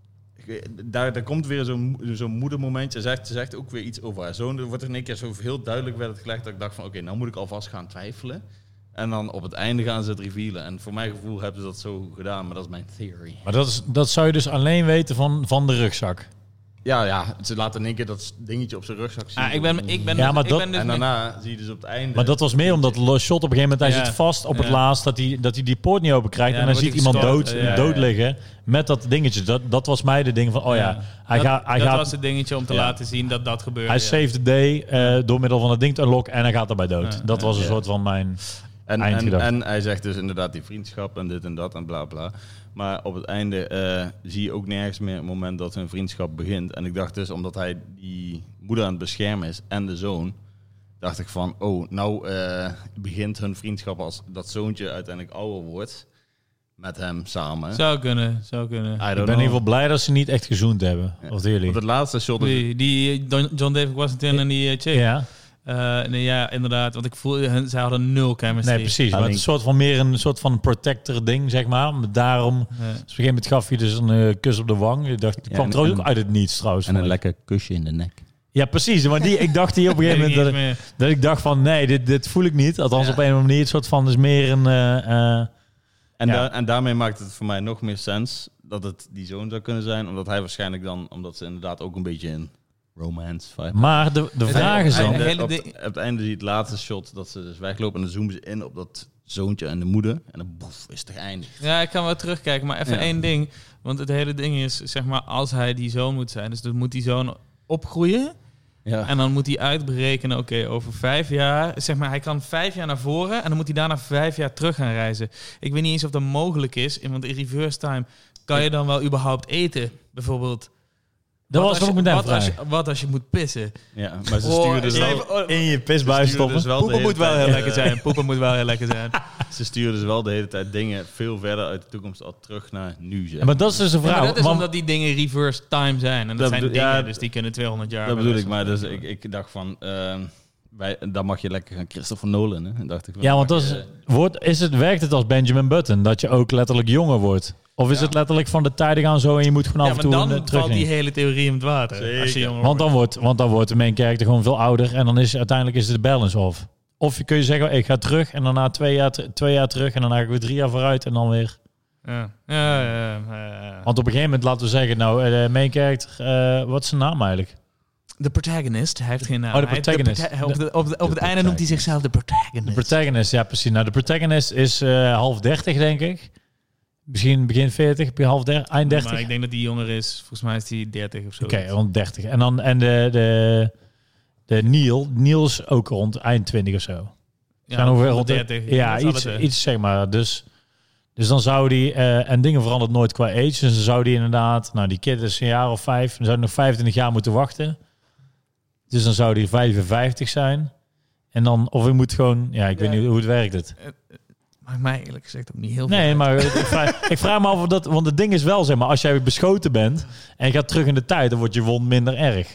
daar, daar komt weer zo'n zo'n moedermomentje. Ze zegt, ze zegt ook weer iets over haar zoon. Er wordt er in één keer zo heel duidelijk werd het gelegd dat ik dacht van oké, okay, nou moet ik alvast gaan twijfelen. En dan op het einde gaan ze het revealen. En voor mijn gevoel hebben ze dat zo gedaan, maar dat is mijn theory. Maar dat, is, dat zou je dus alleen weten van, van de rugzak. Ja, ja, ze laten in één keer dat dingetje op zijn rugzak zien. Ah, ik ben, ik ben, Ja, maar ik dat- ben dus En met- daarna zie je dus op het einde... Maar dat was meer omdat de shot op een gegeven moment, hij Ja. zit vast op het Ja. laatst, dat hij, dat hij die poort niet open krijgt. Ja, en dan dan ziet wordt iemand hij dood, gestort. Ja, dood ja. liggen met dat dingetje. Dat, dat was mij de ding van, oh ja, hij, dat, gaat, hij, dat gaat, was het dingetje om te Ja. laten zien dat dat gebeurde. hij ja. saved the day eh, door middel van het ding te unlocken en hij gaat erbij dood. Ja. Dat was een Ja. soort van mijn... En, en, eindgedachte. en hij zegt dus inderdaad die vriendschap en dit en dat en bla bla. Maar op het einde uh, zie je ook nergens meer het moment dat hun vriendschap begint. En ik dacht dus, omdat hij die moeder aan het beschermen is en de zoon, dacht ik van, oh, nou uh, begint hun vriendschap als dat zoontje uiteindelijk ouder wordt met hem samen. Zou kunnen, zou kunnen. I Ik don't ben in know. ieder geval blij dat ze niet echt gezoend hebben. Ja. Of jullie? Want het laatste shot is... Die, die Don- John David Washington en die uh, chick. Ja, Uh, nee, ja, inderdaad. Want ik voelde, hun, zij hadden nul chemistry. nee, precies. Maar het is een soort van meer een soort van protector ding, zeg maar. Maar daarom, Ja. dus op een gegeven moment gaf je dus een uh, kus op de wang. Ik dacht, die Ja, kwam en- trouwens en- ook uit het niets trouwens. En een vond ik. lekker kusje in de nek. Ja, precies. Maar die, ik dacht hier op een gegeven Weet ik moment niet dat, eens meer. dat ik dacht van, nee, dit, dit voel ik niet. Althans Ja. op een of andere manier. Het soort van, is meer een... uh, uh, En, Ja. daar, en daarmee maakt het voor mij nog meer sens dat het die zoon zou kunnen zijn. Omdat hij waarschijnlijk dan, omdat ze inderdaad ook een beetje een romance vibe. maar de, de Het vraag is hele- dan... En de- hele op, ding- op het einde zie je het laatste shot dat ze dus weglopen en dan zoomen ze in op dat zoontje en de moeder. En dan boef, is het geëindigd. Ja, ik kan wel terugkijken. Maar even Ja. één ding. Want het hele ding is, zeg maar, als hij die zoon moet zijn. Dus dan moet die zoon opgroeien. Ja. En dan moet hij uitberekenen, oké, over vijf jaar... Zeg maar, hij kan vijf jaar naar voren en dan moet hij daarna vijf jaar terug gaan reizen. Ik weet niet eens of dat mogelijk is. Want in reverse time kan je dan wel überhaupt eten, bijvoorbeeld. Dat Wat was als ook je- meteen wat als, je, vraag. wat als je moet pissen? Ja, maar ze Oh, sturen dus wel... even- In je pisbuis Ze sturen stoppen. dus wel de Poepen hele moet wel tijd, heel eh, lekker zijn. Poepen moet wel heel lekker zijn. Ze sturen dus wel de hele tijd dingen veel verder uit de toekomst al terug naar nu. Zeg. Ja, maar dat is dus de Ja, maar vraag. dat is Want- omdat die dingen reverse time zijn. En dat, Dat zijn bedoel- dingen, ja, dus die kunnen tweehonderd jaar... dat bij bedoel ik, wijze maar van dus spreken. ik, ik dacht van... Uh, wij, dan mag je lekker gaan Christopher Nolan, hè? En dacht ik van, ja, want mag dat is, je- wordt, is het, werkt het als Benjamin Button? Dat je ook letterlijk jonger wordt? Of is Ja. het letterlijk van de tijden gaan zo en je moet gewoon Ja, af en maar toe dan een, terug valt die hele theorie in het water. Zeker. Als je jonger Want wordt. dan wordt, want dan wordt de main character gewoon veel ouder en dan is uiteindelijk is het de balance off. Of je kun je zeggen, ik ga terug en daarna twee jaar, t- twee jaar terug en daarna ga ik weer drie jaar vooruit en dan weer. Ja, ja, ja, ja, ja. Want op een gegeven moment, laten we zeggen, nou, de main character, eh, wat is zijn naam eigenlijk? De protagonist, hij heeft geen naam. Oh, de Hij heeft protagonist. prota- op de- op de- op het einde noemt hij zichzelf de protagonist. De protagonist, ja precies. Nou, de protagonist is eh, half dertig, denk ik. Misschien begin veertig, half dertig, eind dertig. Maar ik denk dat hij jonger is. Volgens mij is hij dertig of zo. Oké, rond dertig. En dan en de, de, de Neil, Neil is ook rond eind twintig of zo. ja, Gaan ongeveer rond de- dertig. Ja, Dat is iets, alles, hè. iets zeg maar. Dus, dus dan zou die, eh, en dingen veranderen nooit qua age. Dus dan zou die inderdaad, nou die kid is een jaar of vijf, dan zou hij nog vijfentwintig jaar moeten wachten. Dus dan zou die vijfenvijftig zijn. En dan, of je moet gewoon, ja, ik Ja. weet niet hoe het werkt het. Maakt mij eerlijk gezegd ook niet heel veel Nee, uit. maar ik vraag, ik vraag me af of dat, want het ding is wel, zeg maar, als jij beschoten bent en je gaat terug in de tijd, dan wordt je wond minder erg.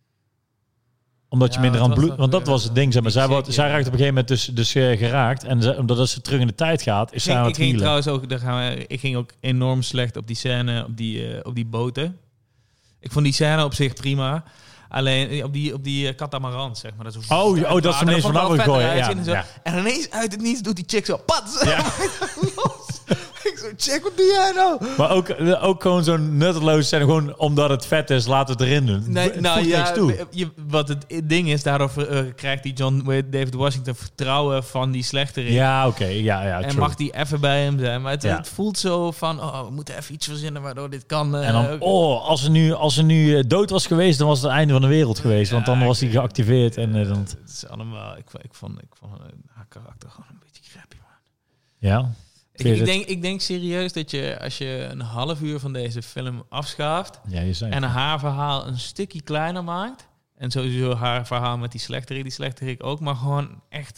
Omdat je Ja, minder wat aan het was bloed, dat, want dat eh, was het ding, zeg maar. die Zij, chick, wordt, zij ja. raakt op een gegeven moment dus, dus eh, geraakt en ze, omdat als ze terug in de tijd gaat, is zij Ik, aan ik het ging healen. trouwens ook, daar gaan we, ik ging ook enorm slecht op die scène, op die, eh, op die boten. Ik vond die scène op zich prima. Alleen eh, op die, op die uh, katamaran, zeg maar. Dat is Oh, oh, dat ze ineens vanaf gooien. Ja, En, zo. ja. en ineens uit het niets doet die chick zo, pats! Ja. los. Ik zo, chick, wat doe jij nou? Maar ook, eh, ook gewoon zo'n nutteloos zijn, gewoon omdat het vet is, laten we het erin doen. Nee, Het nou voegt ja, niks toe. je, wat het ding is, daardoor uh, krijgt die John David Washington vertrouwen van die slechterik. Ja, oké, ja, ja, en true. mag die even bij hem zijn. Maar het, Ja. het voelt zo van, oh, we moeten even iets verzinnen waardoor dit kan. Uh, En dan, oh, als ze nu, als ze nu eh, dood was geweest, dan was het het einde van de wereld geweest. Want dan Ja, was hij ik- geactiveerd. En, eh, dan, het is allemaal, ik, ik vond, ik vond uh, haar karakter gewoon een beetje crappy, man. ja. Ik, Vind je ik, het- denk, ik denk serieus dat je, als je een half uur van deze film afschaaft Ja, je zei en haar verhaal een stukje kleiner maakt, en sowieso haar verhaal met die slechterik, die slechterik ook, maar gewoon echt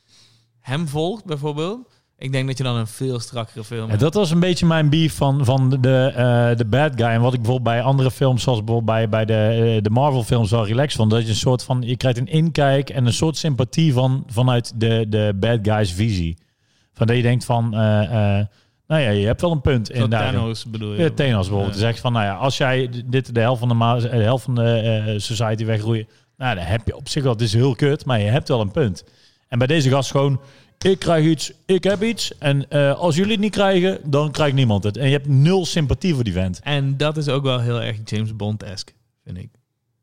hem volgt, bijvoorbeeld. Ik denk dat je dan een veel strakkere film Ja, hebt. dat was een beetje mijn beef van, van de, eh, de bad guy. En wat ik bijvoorbeeld bij andere films, zoals bijvoorbeeld bij, bij de, eh, de Marvel films, wel relaxed vond. Dat je een soort van, je krijgt een inkijk en een soort sympathie van, vanuit de, de bad guy's visie. Van dat je denkt van, eh, eh, nou ja, je hebt wel een punt in Zo daar. Thanos bedoel je? Ja, Thanos bijvoorbeeld. Ja. Je zegt van, nou ja, als jij dit de helft van de, ma- de, helft van de eh, society wegroeien, nou, dan heb je op zich wel, het is heel kut, maar je hebt wel een punt. En bij deze gast gewoon, ik krijg iets, ik heb iets. En eh, als jullie het niet krijgen, dan krijgt niemand het. En je hebt nul sympathie voor die vent. En dat is ook wel heel erg James Bond-esque, vind ik.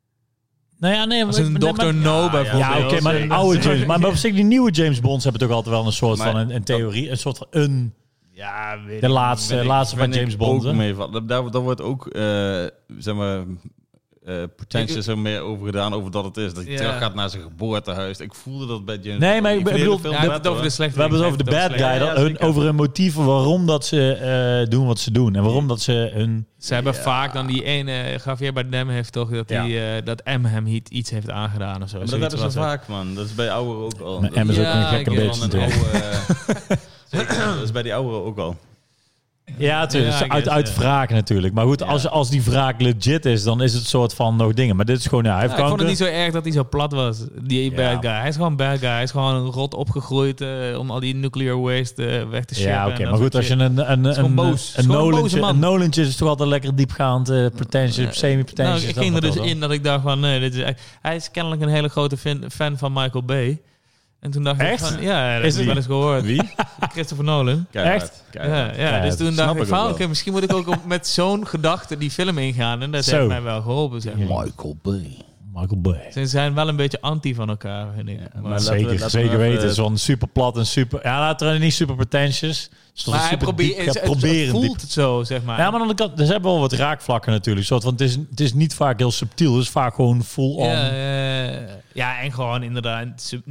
Nou ja, nee, Als maar- een maar- dokter maar- No ja, bijvoorbeeld. Ja, oké, maar een oude James. Maar op zich, die nieuwe James Bonds hebben toch altijd wel een soort Maar- van een, een theorie. Een soort van een... Ja, weet De ik laatste, niet. ik- laatste van vind ik James Bond. ook hè? meevallen. Daar, daar wordt ook, eh, zeg maar, eh potentieel zo meer over gedaan over dat het is. Dat hij Ja. terug gaat naar zijn geboortehuis. Ik voelde dat bij James Nee, Bond. maar ik vind de bedoel, hele film Ja, vet, we hebben het over hoor. de slechte. We hebben het over de bad guy. Ja, dat ja, hun, zeker. over hun motieven waarom dat ze eh, doen wat ze doen. En waarom dat ze hun... Ze hebben Ja. vaak dan die ene, Javier Bardem heeft toch dat, Ja. die, eh, dat M hem iets- iets heeft aangedaan of zo. Maar dat Zoiets hebben ze was het. vaak, man. Dat is bij ouderen ook al. Maar Dat M is ook Ja, een gekke ik weet bitch van een natuurlijk. oude, eh, zeker, dat is bij die ouderen ook al. Ja, natuurlijk. Ja, Ja, I uit, guess, uit ja. wraak natuurlijk. Maar goed, Ja. als, als die wraak legit is, dan is het soort van nog dingen. Maar dit is gewoon, ja, hij heeft Ja, ik vond het kanker. niet zo erg dat hij zo plat was, die Ja. bad guy. Hij is gewoon bad guy. Hij is gewoon rot opgegroeid eh, om al die nuclear waste eh, weg te shippen. Ja, en oké. dat Maar goed, soort als je shit. een, een, is gewoon een, boos. een, Het is gewoon een boze Nolantje, man. een Nolantje is toch altijd lekker diepgaand, uh, pretentious, Nou, semi-pretentious. ik dat ging er wat dus wel. in dat ik dacht van, nee, dit is echt... Hij is kennelijk een hele grote fan, fan van Michael Bay. En toen dacht Echt? ik van, ja, dat Is is die? wel eens gehoord. Wie? Christopher Nolan. Keihard, Echt? keihard. Ja, ja, dus toen Snap dacht ik ik van, ook oké, wel. misschien moet ik ook op- met zo'n gedachte die film ingaan. En dat Zo. heeft mij wel geholpen, zeg maar. Michael Bay. Michael Bay. Ze zijn wel een beetje anti van elkaar, vind ik. Ja, maar maar maar, laten we- Zeker, laten we zeker even- weten. Zo'n super plat en super... Ja, laten we niet super pretentious. Het is toch een hij super probeert, diep- het, ja, het, het proberen voelt diep. het zo, zeg maar. Ja, maar aan de andere kant, er hebben wel wat raakvlakken natuurlijk. Soort van, het, is, het is niet vaak heel subtiel. Het is vaak gewoon full on. Ja, eh, ja, en gewoon inderdaad, ze, niet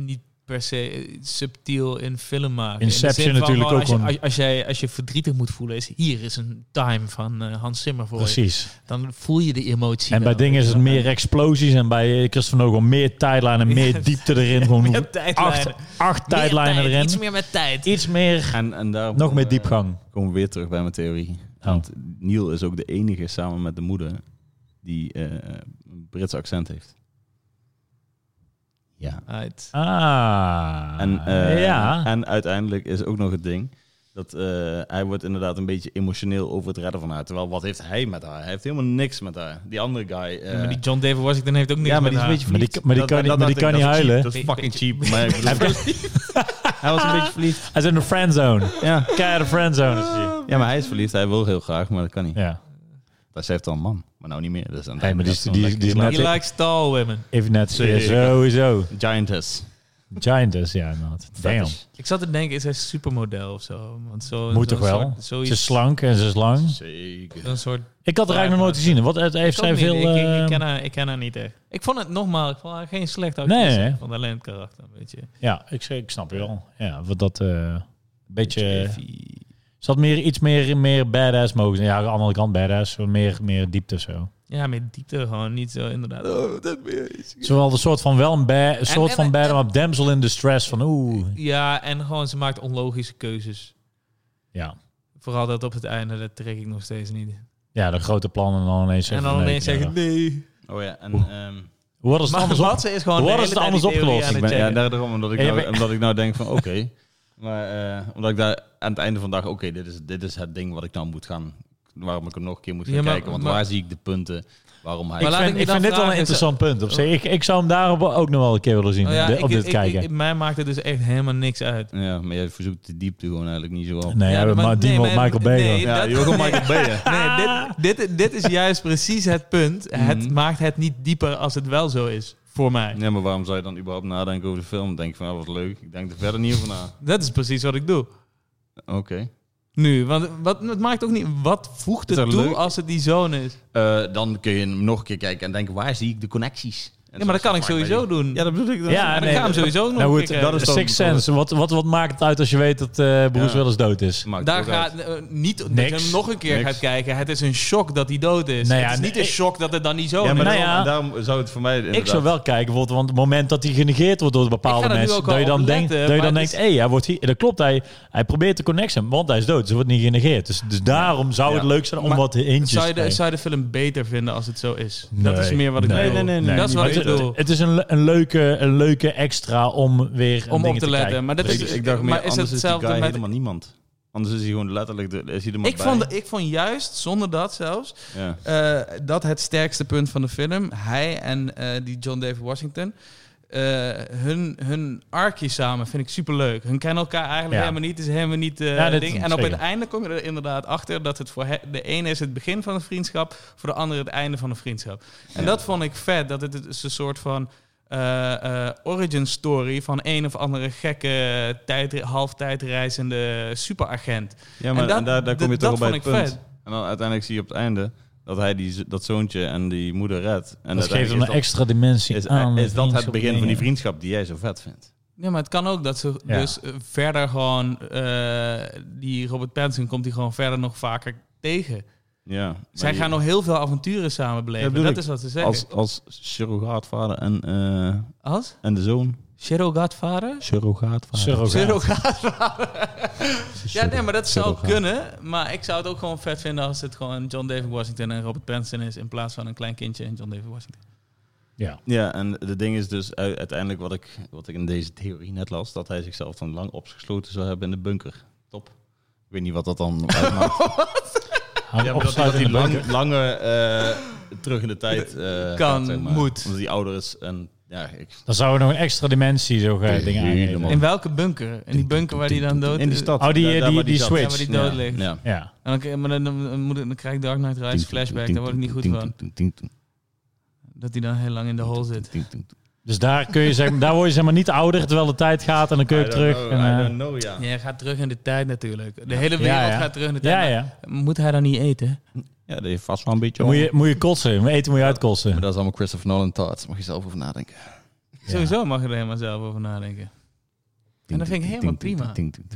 per se subtiel in film maken. Inception In de zin van natuurlijk gewoon, ook als je, gewoon- als, als, jij, als je verdrietig moet voelen, is hier is een Time van uh, Hans Zimmer voor je. Precies. Dan voel je de emotie. En bij wel, dingen is weet het je wel. meer explosies en bij Christopher Nolan meer tijdlijnen en meer diepte erin. Gewoon Meer tijdlijnen. acht, acht Meer tijdlijnen tijd, erin. Iets meer met tijd. Iets meer, En, en daarom nog komen meer we- diepgang. komen we weer terug bij mijn theorie. Want Neil is ook de enige samen met de moeder die uh, een Brits accent heeft. Ja. Uit. Ah. En, uh, ja. en uiteindelijk is ook nog het ding dat uh, hij wordt inderdaad een beetje emotioneel over het redden van haar. Terwijl, wat heeft hij met haar? Hij heeft helemaal niks met haar. Die andere guy... Uh, Ja, maar die John David Washington heeft ook niks ja, maar met die is een haar. beetje Maar die- verliefd. maar die Dat- kan dat niet- maar die dacht kan ik, niet dat is huilen. cheap, Dat is fucking cheap. Maar ik bedoel, hij was een beetje verliefd. Hij is in de friendzone. Ja. Keiharde friendzone is hij. ja, maar hij is verliefd. Hij wil heel graag, maar dat kan niet. Ja. Hij heeft al een man, maar nou niet meer. Dus aan het Nee, maar einde die gaat is- het die- dan die is lekker net- He likes tall women. Even net. Zeker. Sowieso. slapen. Giantess. Giantess, ja, inderdaad. Damn. Ik zat te denken, is hij supermodel of zo? Want zo Moet zo'n toch wel? soort- zoiets- Ze is slank en ze is lang. Zeker. Een soort... Ik had er eigenlijk nog nooit gezien. Wat het- heeft Ik ook zij niet. veel... Ik, ik, eh, ik, ken haar, ik ken haar niet echt. Ik vond het nogmaals, ik vond haar geen slecht actrice. Nee, nee. Van alleen het karakter, weet je. Ja, ik, ik snap je wel. Ja, wat dat eh, een beetje... Ze had meer, iets meer, meer badass mogen zijn. Ja, aan de andere kant badass. Meer, meer diepte zo. Ja, met diepte gewoon niet zo inderdaad. Oh, dat weer is. Zowel een soort van wel een, ba- een soort en- van badass, en- maar damsel in distress. Van oeh. Ja, en gewoon ze maakt onlogische keuzes. Ja. Vooral dat op het einde, dat trek ik nog steeds niet. Ja, de grote plannen en dan ineens En zeggen dan nee, ineens ja. zeggen nee. Oh ja, en... ehm, Hoe hadden ze het Maar anders op? wat ze is gewoon Hoe de hadden ze hele het tijd die anders theorie opgelost? aan ik het ben, ja, checken. daarom omdat ik, Ja, nou, maar- omdat ik nou denk van oké. Maar uh, omdat ik daar aan het einde van de dag, oké, dit, is, dit is het ding wat ik nou moet gaan, waarom ik er nog een keer moet gaan Ja, maar- kijken. Want maar- waar zie ik de punten waarom hij... Maar Ik laat vind, ik me ik dan vind dit wel een vragen, interessant punt op zich. Ik, ik zou hem daarop ook nog wel een keer willen zien. Oh ja, de- ik- op dit ik- kijken. ik- mij maakt het dus echt helemaal niks uit. Ja, maar jij verzoekt de diepte gewoon eigenlijk niet zo op. nee, ja, maar, die nee, wil maar- Michael Bay. nee, wel. Ja, dat- je wil gewoon Michael Bay. hè? Nee, dit, dit, dit is juist precies het punt. Het Mhm. maakt het niet dieper als het wel zo is. Voor mij. Ja, maar waarom zou je dan überhaupt nadenken over de film? Denk je van, ah, wat leuk. Ik denk er verder niet over na. Dat is precies wat ik doe. Oké. Nu, want wat, het maakt toch niet... Wat voegt Is het dat toe leuk? als het die zone is? Uh, dan kun je hem nog een keer kijken en denken, waar zie ik de connecties? En Ja, maar dat kan ik zoals sowieso doen. Ja, dat bedoel ik dan. Ja, maar nee, ik ga hem sowieso nog Nou een goed, keer dat kijken. is dan- Sixth Sense. Wat, wat, wat maakt het uit als je weet dat eh Bruce Ja. Willis dood is? Maakt Daar ook uit. gaat eh, niet dat je Niks. hem nog een keer Niks. gaat kijken. Het is een shock dat hij dood is. Nou ja, het is niet nee, een shock dat het dan niet zo Ja, is. maar Nou daarom, ja. daarom zou het voor mij inderdaad... Ik zou wel kijken, bijvoorbeeld, want het moment dat hij genegeerd wordt door bepaalde Ik ga er nu mensen, ook dat je al dan op denkt, letten, dat je dan maar denkt, het hé, hij wordt hier, dat klopt, hij, hij probeert te connecten, want hij is dood, dus hij wordt niet genegeerd. Dus, dus daarom zou het Ja. leuk zijn om Maar wat hintjes Zou je, te de, geven. zou je de film beter vinden als het zo is? dat Nee, is meer wat ik nee, bedoel. nee, nee, dat is nee, wat Maar ik het, bedoel. het is een, le- een, leuke, een leuke extra om weer Om op dingen te letten. kijken. Maar dat ik, is, ik dacht meer, maar is anders is die hetzelfde guy met... helemaal niemand. Anders is hij gewoon letterlijk... De, is hij er maar Ik bij. vond, ik vond juist, zonder dat zelfs, Ja. eh, dat het sterkste punt van de film. Hij en eh, die John David Washington. eh, hun, hun arcje samen vind ik superleuk. Hun kennen elkaar eigenlijk Ja. helemaal niet. Het is helemaal niet eh Ja, dit- ding. En op zeker. het einde kom je er inderdaad achter dat het voor he- de ene is het begin van een vriendschap, voor de andere het einde van een vriendschap. En Ja. dat vond ik vet. Dat het is een soort van eh, eh, origin story van een of andere gekke tijd, half tijdreizende superagent. Ja, maar En dat- en daar, daar kom je d- toch dat al bij vond het ik punt. vet. En dan uiteindelijk zie je op het einde dat hij die, z- dat zoontje en die moeder redt. En Dat geeft hem uiteindelijk een is dat- extra dimensie Is, aan. is dat het vriendschap begin van die dingen. vriendschap die jij zo vet vindt? Ja, maar het kan ook dat ze Ja. dus eh, verder gewoon... eh, die Robert Pattinson komt die gewoon verder nog vaker tegen. Ja. maar Zij die- gaan nog heel veel avonturen samen Ja, beleven. bedoel dat ik. is wat ze zeggen. als, als surrogaatvader en, eh, Als? en de zoon. Shadow Godfather? Surrogaatvader. Surrogaat. Surrogaatvader. Ja, nee, maar dat zou Surrogaat. kunnen. Maar ik zou het ook gewoon vet vinden als het gewoon John David Washington en Robert Pattinson is... in plaats van een klein kindje en John David Washington. Ja. Ja, en de ding is dus u- uiteindelijk wat ik, wat ik in deze theorie net las, dat hij zichzelf dan lang opgesloten zou hebben in de bunker. Top. Ik weet niet wat dat dan uitmaakt. Hou Ja, op, maar dat, sluit dat in hij de lang, bunker. lange eh, terug in de tijd eh, Kan, gaat, zeg maar. moet. Omdat hij ouder is en ja, ik... Dan zouden we nog een extra dimensie zo uh, dingen Helemaal. aangeven. In welke bunker? In die bunker waar die dan dood In die is? stad. Oh, die- daar- daar die- waar die zat. switch. Ja, waar die dood ligt. Ja. Ja. En dan, maar dan, dan, moet ik, dan krijg ik Dark Knight Rises flashback. Daar word ik niet goed van. Dat hij dan heel lang in de hol zit. Dus daar, kun je, zeg, maar- daar word je zeg maar niet ouder terwijl de tijd gaat en dan kun je I don't terug. know, en, I eh, don't know, ja. Ja, hij gaat terug in de tijd natuurlijk. De hele Ja, wereld ja. gaat terug in de tijd. ja, Maar ja. moet hij dan niet eten? Ja, dat heeft vast wel een beetje... Dan moet je, moet je kotsen. Moet eten moet je uitkotsen. Maar dat is allemaal Christopher Nolan thoughts. Mag je zelf over nadenken. Ja. Sowieso mag je er helemaal zelf over nadenken. En dat vind ik helemaal prima.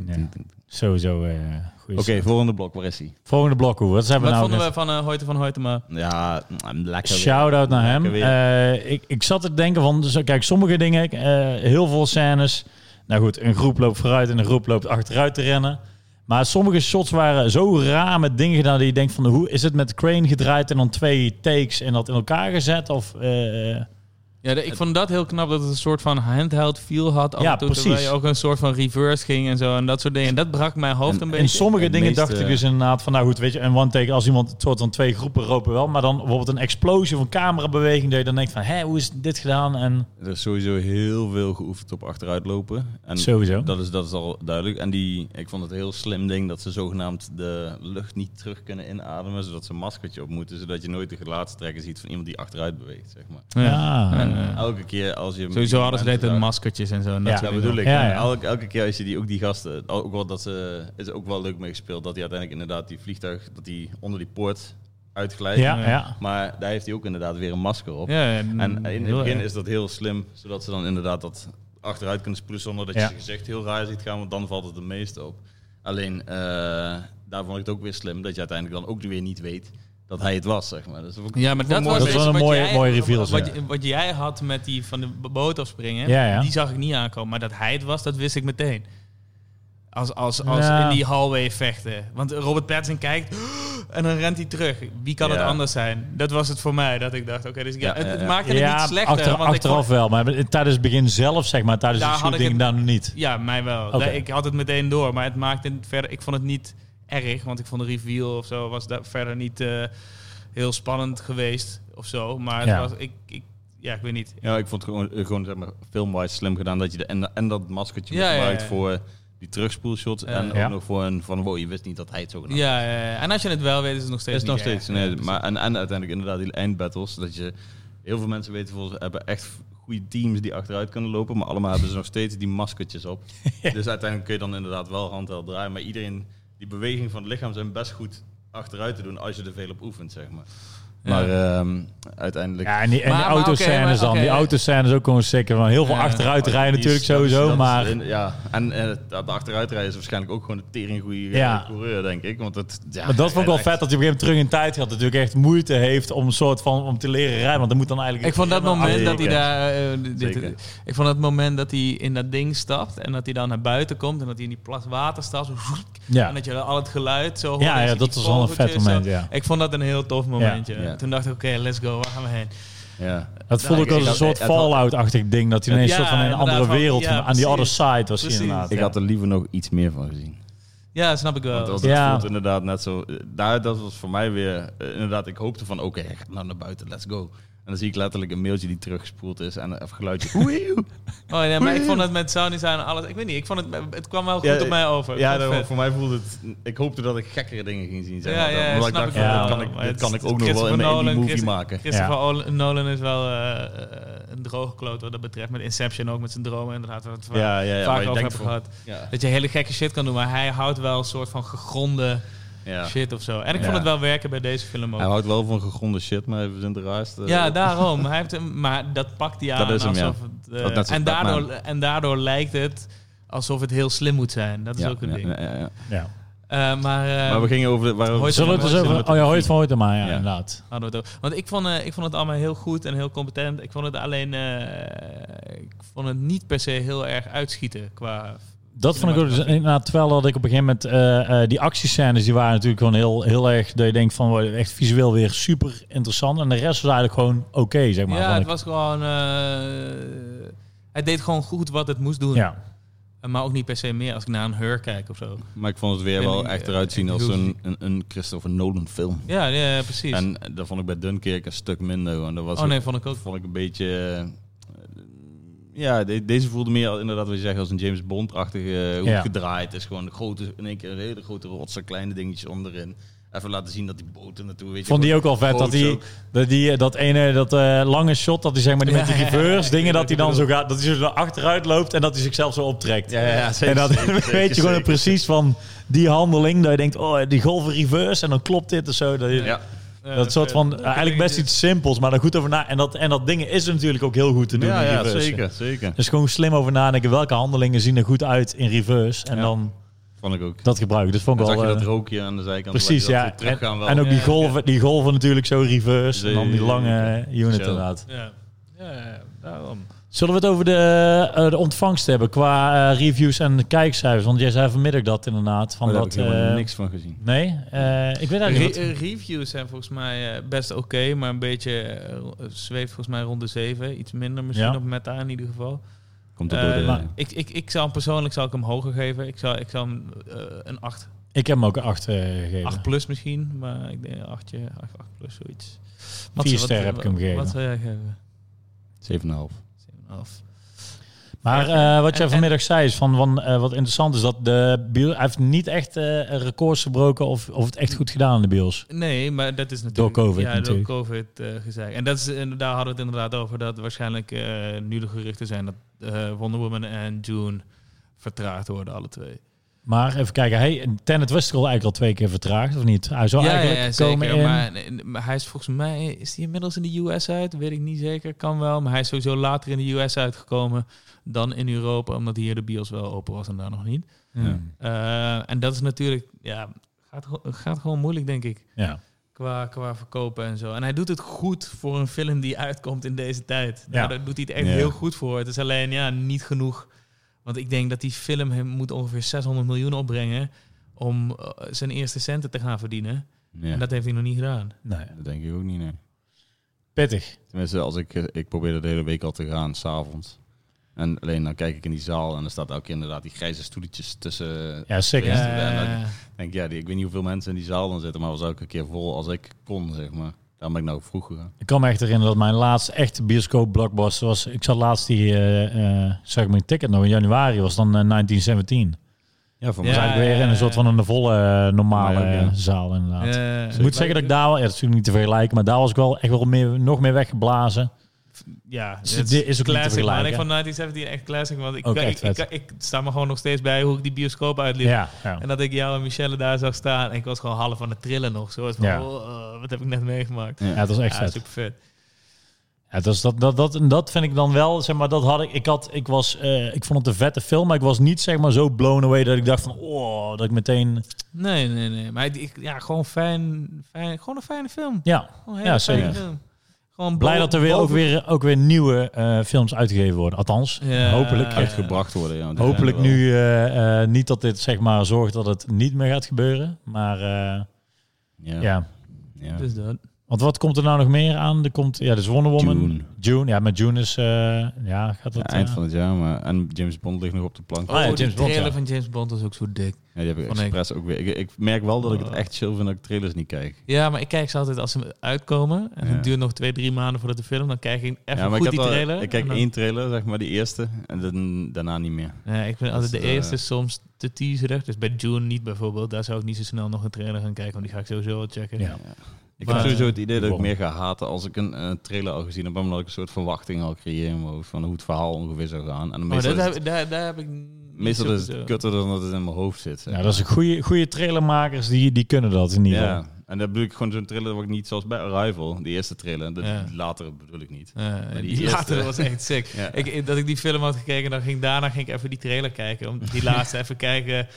Sowieso. Uh, Oké, okay, volgende blok, waar is hij? Volgende blok, hoe? Wat, zijn we Wat nou vonden we van uh, Hoyte van Hoytema? Ja, lekker. Shout-out naar hem. Uh, ik, ik zat te denken van, dus, kijk, sommige dingen, uh, heel veel scènes. Nou goed, een groep loopt vooruit en een groep loopt achteruit te rennen. Maar sommige shots waren zo raar met dingen gedaan dat je denkt van, hoe is het met Crane gedraaid en dan twee takes en dat in elkaar gezet? Of... Uh, Ja, de, ik vond dat heel knap dat het een soort van handheld feel had. Af ja, en toe, precies. Terwijl je ook een soort van reverse ging en zo en dat soort dingen. En dat brak mijn hoofd en, een beetje. En sommige en dingen meeste... dacht ik dus inderdaad van, nou goed, weet je, een one take als iemand een soort van twee groepen ropen wel, maar dan bijvoorbeeld een explosie of camerabeweging dat je dan denkt van, hé, hoe is dit gedaan? En er is sowieso heel veel geoefend op achteruitlopen. En sowieso. Dat is, dat is al duidelijk. En die, ik vond het een heel slim ding dat ze zogenaamd de lucht niet terug kunnen inademen, zodat ze een maskertje op moeten, zodat je nooit de gelaatstrekken ziet van iemand die achteruit beweegt, zeg maar. Ja. Ja. En uh, elke keer als je... Sowieso hadden ze net een maskertjes en zo. En dat Ja, soort dat dingen. bedoel ik. Ja, ja. Elke, elke keer als je die, ook die gasten, ook wel dat ze, is ook wel leuk mee gespeeld, dat hij uiteindelijk inderdaad die vliegtuig, dat die onder die poort uitglijdt. Ja, ja. Maar daar heeft hij ook inderdaad weer een masker op. Ja, en, En in het heel begin erg. is dat heel slim, zodat ze dan inderdaad dat achteruit kunnen spoelen zonder dat je Ja. je gezicht heel raar ziet gaan, want dan valt het het meeste op. Alleen, uh, daar vond ik het ook weer slim, dat je uiteindelijk dan ook weer niet weet dat hij het was, zeg maar. Dus dat Ja, maar dat was, dat is wel een wat mooie, jij, mooie reveal. Wat, Ja. wat, wat jij had met die van de boot afspringen, Ja, ja. die zag ik niet aankomen. Maar dat hij het was, dat wist ik meteen. Als, als, als Ja. in die hallway vechten. Want Robert Pattinson kijkt en dan rent hij terug. Wie kan het Ja. anders zijn? Dat was het voor mij, dat ik dacht, oké, okay, dus ja, Ja, het, ja, het ja. maakte het Ja, niet slechter. achter, want achteraf ik vond, wel, maar tijdens het begin zelf, zeg maar, tijdens Daar het had ik shooting het- dan niet. Ja, mij wel. Oké. Ik had het meteen door, maar het maakte het verder. Ik vond het niet erg, want ik vond de reveal of zo was daar verder niet uh, heel spannend geweest of zo. Maar het Ja. was, ik, ik, ja, ik weet niet. Ja, ik vond het gewoon, gewoon zeg maar, filmwise slim gedaan dat je de, en, en dat maskertje Ja, ja, gebruikt ja. voor die terugspoelshots Ja. en ook Ja. nog voor een van, wow, je wist niet dat hij het zo gedaan Ja, ja, ja, en als je het wel weet, is het nog steeds is nog niet steeds, erg. nee, Ja, dus- maar en, en uiteindelijk inderdaad die eindbattles, dat je heel veel mensen weten volgens hebben echt goede teams die achteruit kunnen lopen, maar allemaal hebben ze nog steeds die maskertjes op. Ja. Dus uiteindelijk kun je dan inderdaad wel handheld draaien, maar iedereen, die beweging van het lichaam zijn best goed achteruit te doen als je er veel op oefent, zeg maar. Ja. Maar um, uiteindelijk... Ja, en die, en Maar- die maar autoscènes oké, maar dan. oké. Die autoscènes ook gewoon zeker van heel veel Ja. achteruit rijden Die is- natuurlijk dat is- sowieso, dat is maar... in- ja, en uh, de achteruitrijden is waarschijnlijk ook gewoon een tering goede Ja. coureur, denk ik. Want het, ja, Maar dat vond ik wel echt- vet, dat hij op een gegeven moment terug in tijd had. Natuurlijk echt moeite heeft om een soort van om te leren rijden. Want dan moet dan eigenlijk... Ik vond dat moment zeker. dat hij daar... eh, dit- Zeker. ik vond het moment dat hij in dat ding stapt en dat hij dan naar buiten komt en dat hij in die plas water staat. Zo, Ja, En dat je al het geluid zo hoort. ja, en ja je dat die was wel een vet vogeltjes zo. moment, ja. Ik vond dat een heel tof momentje. Ja. Toen dacht ik, oké, okay, let's go, waar gaan we heen? Ja. Dat voelde ik ik- als ik een had- soort het had- Fallout-achtig ding. Dat hij ineens Ja, soort van in een inderdaad, andere van- wereld, ja, van, aan die other precies. side was hij Precies. inderdaad. Ik ja. had er liever nog iets meer van gezien. Ja, snap ik wel. Want dat, Ja. dat voelt inderdaad net zo... eh, Daar, dat was voor mij weer... eh, inderdaad, ik hoopte van, oké, okay, hij gaat nou naar buiten, let's go. En dan zie ik letterlijk een mailtje die teruggespoeld is en even geluidje. Oei, Oh ja, maar ik vond het met sound design en alles... Ik weet niet, ik vond het... Het kwam wel goed Ja, op mij over. Ik ja, vond het daarom, vet. voor mij voelde het... Ik hoopte dat ik gekkere dingen ging zien. Zeg Ja, maar. ja, ja, Omdat ik snap dacht, ik van, wel. dit kan ik, Maar dit het kan is ik ook nog wel in Christopher mijn indie Nolan, movie Christ- maken. Christopher Ol- Nolan is wel uh, een droge kloot wat dat betreft. Met Inception ook, met zijn dromen inderdaad. Waar we het Ja, ja, ja. vaak maar je over denkt hebben van- gehad. Ja, Dat je hele gekke shit kan doen, maar hij houdt wel een soort van gegronde ja. shit of zo. En ik Ja. vond het wel werken bij deze film ook. Hij houdt wel van gegronde shit, maar hij verzint de raarste. Ja, daarom. Hij heeft hem, maar dat pakt hij aan. Dat is hem, ja. alsof het, uh, Dat net zoals en, daardoor, Batman. en daardoor lijkt het alsof het heel slim moet zijn. Dat is Ja, ook een ja, ding. ja, ja, ja. Ja. Uh, maar, uh, Maar we gingen over... De, waar we- Hoyt Zullen we het eens van over... Hoyt- Oh ja, Hoyt van Hoytema, ja, Ja. inderdaad. hadden we het ook. Want ik vond, uh, ik vond het allemaal heel goed en heel competent. Ik vond het alleen... Uh, ik vond het niet per se heel erg uitschieten qua... Dat vond ik ook, dus inderdaad, terwijl dat ik op een gegeven moment, uh, uh, die actiescènes, die waren natuurlijk gewoon heel, heel erg, dat je denkt van, wow, echt visueel weer super interessant. En de rest was eigenlijk gewoon oké, okay, zeg maar. Ja, vond het ik. was gewoon... Uh, het deed gewoon goed wat het moest doen. Ja. Maar ook niet per se meer als ik naar een Her kijk of zo. Maar ik vond het weer En wel ik- echt eruit zien ik- als heel een, een, een Christopher Nolan film. Ja, ja precies. En dat vond ik bij Dunkirk een stuk minder. Gewoon. Dat was oh nee, vond ik ook. vond ik een beetje... uh, ja, de, deze voelde meer inderdaad wat je zegt als een James Bond-achtige uh, hoe Ja. het gedraaid. Het is gewoon een grote, in één keer een hele grote rotsen, kleine dingetjes onderin. Even laten zien dat die boten naartoe, weet je. Vond die ook wel vet, dat groots die, ook. dat, die dat ene, dat uh, lange shot, dat hij zeg maar die Ja, met die ja, reverse ja, dingen, ja, dat hij ik dan zo bedoel. gaat, dat hij zo naar achteruit loopt en dat hij zichzelf zo optrekt. Ja, ja, ja, zeker, en dat zeker, weet zeker, je gewoon zeker. precies van die handeling, dat je denkt, oh, die golven reverse en dan klopt dit of zo. Dat je, Ja. Ja, dat soort van, vet. uh, eigenlijk best iets simpels, maar daar goed over na. En dat, en dat ding is er natuurlijk ook heel goed te doen Ja, in ja reverse. zeker, zeker. Dus gewoon slim over nadenken, welke handelingen zien er goed uit in reverse. En Ja. dan Vond ik ook. dat gebruiken. Dus vond Dan ik zag wel... je dat uh, rookje aan de zijkant. precies, dat ja. we teruggaan wel. En ook die Ja, golven, die golven natuurlijk zo reverse. En dan die Zeker. lange unit Zo. inderdaad. Ja, ja, ja, daarom. Zullen we het over de, uh, de ontvangst hebben qua uh, reviews en kijkcijfers? Want jij zei vanmiddag dat inderdaad. Van Maar daar dat, heb ik helemaal uh, niks van gezien. Nee? Uh, ik weet Re- eigenlijk niet. eh, reviews zijn volgens mij eh, best oké, maar een beetje uh, zweeft volgens mij rond de zeven. Iets minder misschien Ja. op Meta in ieder geval. Komt er Eh, door de... maar- ik, ik, ik zou hem persoonlijk zou ik hem hoger geven. Ik zou, ik zou hem uh, een acht, Ik heb hem ook een acht uh, gegeven. acht plus misschien, maar ik denk achtje, acht, acht plus zoiets. Vier sterren heb ik hem gegeven. Wat zou jij geven? zeven komma vijf. zeven komma vijf. Maar uh, wat jij En- vanmiddag zei is van, van uh, wat interessant is dat de bios, hij heeft niet echt uh, records gebroken of, of het echt goed gedaan in de bios. Nee, maar dat is natuurlijk... Door COVID ja, natuurlijk. door COVID uh, gezegd. En dat is, en daar hadden we het inderdaad over, dat waarschijnlijk uh, nu de geruchten zijn dat uh, Wonder Woman en June vertraagd worden, alle twee. Maar even kijken, hij, Tenet was toch al eigenlijk al twee keer vertraagd, of niet? Hij zou ja, eigenlijk ja, ja, komen zeker. in... Maar, nee, maar hij is volgens mij... Is hij inmiddels in de U S uit? Weet ik niet zeker. Kan wel. Maar hij is sowieso later in de U S uitgekomen dan in Europa. Omdat hier de bios wel open was en daar nog niet. Hmm. Uh, en dat is natuurlijk... Ja, gaat, ge- gaat gewoon moeilijk, denk ik. Ja. Qua, qua verkopen en zo. En hij doet het goed voor een film die uitkomt in deze tijd. Ja. Ja. Daar doet hij het echt Ja. heel goed voor. Het is alleen ja, niet genoeg. Want ik denk dat die film hem moet ongeveer zeshonderd miljoen opbrengen om uh, zijn eerste centen te gaan verdienen. Ja, En dat heeft hij nog niet gedaan. Nee. dat denk ik ook niet, nee. Pittig. Tenminste, als ik, ik probeerde de hele week al te gaan, s'avonds. En alleen dan kijk ik in die zaal en er staat ook inderdaad die grijze stoeltjes tussen. Ja, zeker. Ja. en dan denk ik, ja, die, ik weet niet hoeveel mensen in die zaal dan zitten, maar was ook een keer vol als ik kon, zeg maar. Daarom ben ik nou vroeg gegaan. Ik kan me echt herinneren dat mijn laatste echte bioscoop blockbuster was. Ik zat laatst die, uh, uh, zag ik mijn ticket nog in januari, was dan uh, negentien zeventien. Ja, voor Ja, Dat mij. was eigenlijk weer in een soort van een volle uh, normale Maar ja, ja. uh, zaal inderdaad. Uh, Ik moet zeggen dat ik daar wel, ja, dat is natuurlijk niet te vergelijken, maar daar was ik wel echt wel meer, nog meer weggeblazen. ja, Dus het dit is ook niet te classic, man. vergelijken. Ik vond negentien zeventien echt classic, want ik, Ook ik, echt ik, vet. ik, ik sta me gewoon nog steeds bij hoe ik die bioscoop uitliep. Ja, ja. En dat ik jou en Michelle daar zag staan en ik was gewoon half van het trillen nog. Zo was van, Ja. oh, uh, wat heb ik net meegemaakt. Ja. ja, het was echt Ja, vet. super vet. Ja, dat, is, dat, dat, dat, en dat vind ik dan wel, zeg maar, dat had ik, ik had, ik was, uh, ik vond het een vette film, maar ik was niet, zeg maar, zo blown away dat ik dacht van, oh, dat ik meteen, Nee, nee, nee. Maar ik, ja, gewoon fijn, fijn, gewoon een fijne film. ja, Gewoon een hele Ja, fijne zeker. film. Gewoon blij boven- dat er weer ook boven- weer, ook weer nieuwe uh, films uitgegeven worden. Althans, Ja. hopelijk. Uitgebracht worden, ja. want die Hopelijk zijn er nu uh, uh, niet dat dit, zeg maar, zorgt dat het niet meer gaat gebeuren, maar uh, wel. Ja. ja. Ja. Dus dat. Want wat komt er nou nog meer aan? Er komt, ja, dus Wonder Woman. June. June, ja, met June is, uh, ja, gaat Ja, dat... eind uh, van het jaar, maar en James Bond ligt nog op de plank. Ah, ja, Oh, James die Bond, trailer ja. van James Bond is ook zo dik. Ja, die heb ik Vond ik. expres ook weer. Ik, ik merk wel dat ik het Oh. echt chill vind dat ik trailers niet kijk. Ja, maar ik kijk ze altijd als ze uitkomen. En Ja. het duurt nog twee, drie maanden voordat de film. Dan kijk ik even ja, maar goed ik, die had wel- trailer. ik kijk en dan- één trailer, zeg maar, die eerste. En dan, daarna niet meer. Ja, ik vind altijd de Dat is, eerste eh, soms te teaserig. Dus bij June niet bijvoorbeeld. Daar zou ik niet zo snel nog een trailer gaan kijken. Want die ga ik sowieso wel checken. Ja. Ik Maar- heb sowieso het idee dat ik Waarom? meer ga haten als ik een eh, trailer al gezien heb. Omdat ik een soort verwachting al creëer in mijn hoofd van hoe het verhaal ongeveer zou gaan. En dan Maar meestal, dat is heb, het, daar, daar heb ik niet meestal zo- is zo- het kutter dan dat het in mijn hoofd zit. zeg Ja, maar. dat is een goede, goede trailermakers, die, die kunnen dat in ieder geval. Ja, en dat bedoel ik gewoon zo'n trailer wat ik niet zoals bij Arrival, die eerste trailer. De Ja. latere bedoel ik niet. Ja, die die eerste- latere was echt sick. Ja. Ik, ik- dat ik die film had gekeken, dan ging daarna ging ik even die trailer kijken. Om die laatste even kijken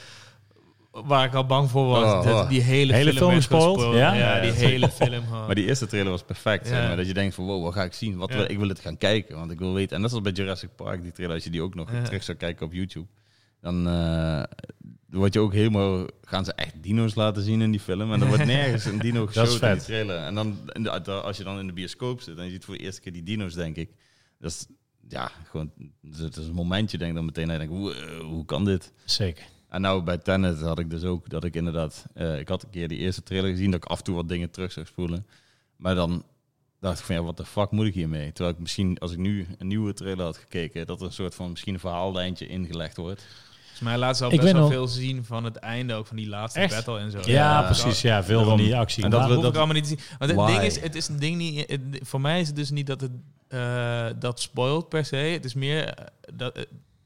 waar ik al bang voor was. Oh, dat oh. die hele, Hele film, film werd gespoild? gespoild. Ja? Ja, Ja, die ja, hele film gewoon. Maar die eerste trailer was perfect. Zeg Ja. maar, dat je denkt van wow, wat ga ik zien? Wat Ja. wil, ik wil het gaan kijken, want ik wil weten. En dat is als bij Jurassic Park, die trailer, als je die ook nog Ja. terug zou kijken op YouTube. Dan uh, word je ook helemaal, gaan ze echt dino's laten zien in die film. En er wordt nergens een dino Dat is geshowd in die vet. trailer. En dan, in de- als je dan in de bioscoop zit en je ziet voor de eerste keer die dino's, denk ik. Dat is, ja, gewoon, het is een momentje, denk ik dan meteen. En ik denk, hoe, uh, hoe kan dit? Zeker. En nou bij Tenet had ik dus ook dat ik inderdaad, uh, ik had een keer die eerste trailer gezien, dat ik af en toe wat dingen terug zou spoelen. Maar dan dacht ik van ja, wat de fuck moet ik hiermee? Terwijl ik misschien, als ik nu een nieuwe trailer had gekeken, dat er een soort van misschien een verhaallijntje ingelegd wordt. Volgens mij laat ze al Ik best weet wel nog- veel zien van het einde ook van die laatste Echt? battle en zo. Ja, Ja, precies. Ja, veel van die actie. En Dat dat Maar- we- hoef ik allemaal niet te zien. Want het Why? ding is, het is een ding niet. Het, voor mij is het dus niet dat het uh, dat spoilt per se. Het is meer uh, dat uh,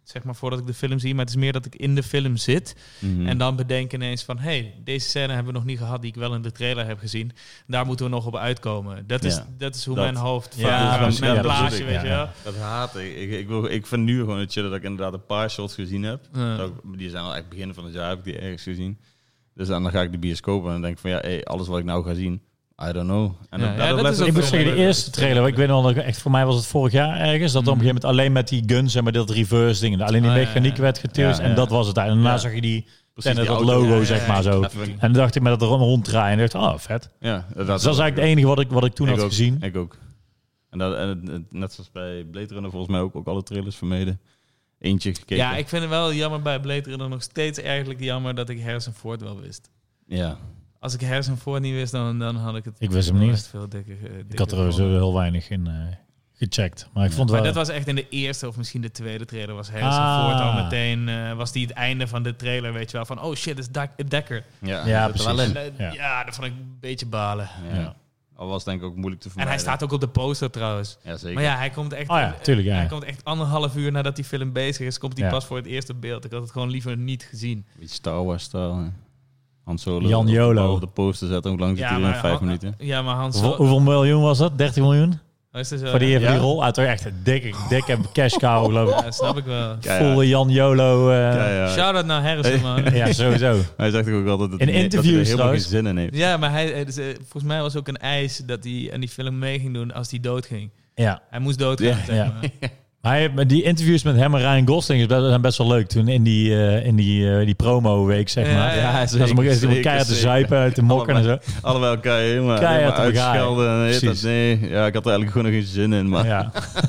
zeg maar voordat ik de film zie, maar het is meer dat ik in de film zit Mm-hmm. en dan bedenk ineens van, hey, deze scène hebben we nog niet gehad die ik wel in de trailer heb gezien. Daar moeten we nog op uitkomen. Dat is, Ja. dat is hoe Dat- mijn hoofd Ja, vaak dat gaat is- met ja, een dat plaatje, is het, weet ja. je wel. Dat haat ik. Ik, ik, wil, ik vind nu gewoon het chillen dat ik inderdaad een paar shots gezien heb. Ja. Dat ik- die zijn al echt begin van het jaar, heb ik die ergens gezien. Dus dan ga ik de bioscoop en dan denk ik van ja, hey, alles wat ik nou ga zien, I don't know. En Ja, dan, ja, dat let is ik ook Ik moet veel zeggen, de leuker. eerste trailer, ik weet nog wel, echt voor mij was het vorig jaar ergens, dat op een gegeven moment alleen met die guns en met dat reverse dingen, alleen die Oh, ja, mechaniek ja. werd geteurd Ja, en ja. dat was het eigenlijk. En daarna Ja. zag je die, Precies, en die dat auto. logo, Ja, zeg ja, maar ja. zo. Even- En dan dacht ik met dat er ronddraaien en dacht, oh vet. Ja, dat, Dus dat is eigenlijk het enige wat ik, wat ik toen ik had ook, gezien. Ik ook. En, dat, en het, het- net zoals bij Blade Runner volgens mij ook, ook alle trailers vermeden. Eentje gekeken. Ja, ik vind het wel jammer bij Blade Runner nog steeds eigenlijk jammer dat ik Harrison Ford wel wist. Ja. Als ik Harrison Ford niet wist, dan, dan had ik het... Ik wist hem niet. echt veel dikker, eh, dikker Ik had er gevonden. sowieso heel weinig in eh, gecheckt. Maar ik vond Maar wel... dat was echt in de eerste of misschien de tweede trailer was Harrison Ah. Ford al meteen... eh, was die het einde van de trailer, weet je wel. Van, oh shit, dat is Dak- Dekker. Ja, Ja, dat er wel precies. in. En, eh, Ja. ja. dat vond ik een beetje balen. Ja. Ja. Al was het denk ik ook moeilijk te En vermijden. hij staat ook op de poster trouwens. Ja, zeker. Maar ja, hij komt echt... Oh ja, tuurlijk, ja. Hij komt echt anderhalf uur nadat die film bezig is, komt hij Ja. pas voor het eerste beeld. Ik had het gewoon liever niet gezien. Beetje Star Wars stijl. hè. Han Solo. Jan op- Jolo. Op de poster zetten. Hoe lang zit hij erin? Vijf Han- minuten. Ja, maar Hans... Hoeveel, hoeveel miljoen was dat? dertig miljoen? Oh, is dat zo, voor die, ja? voor die Ja? rol? Uit echt een dikke, dikke cash cow, geloof ik. Ja, snap ik wel. Ja, ja. Volle Jan Jolo. eh, Ja, ja, ja. Shout-out naar Harrison, man. sowieso. Hij zegt ook altijd dat, In het- dat hij er interviews helemaal geen trouwens. zin in heeft. Ja, maar hij, hij- dus, eh, volgens mij was ook een eis dat hij aan die film mee ging doen als hij doodging. Ja. Hij moest doodgaan, Ja, zeg ja. maar. Maar hij, maar die interviews met hem en Ryan Gosling is best- zijn best wel leuk toen in die, eh, in die, eh, die promo-week, zeg Ja, maar. ja, ja, dat is hem ook echt zeker, keihard te zeker. zuipen, uit te mokken en zo. Allebei elkaar helemaal, Keihard helemaal op elkaar, uitschelden. En heet dat, precies. nee, ja, ik had er eigenlijk gewoon nog geen zin in. Maar Ja.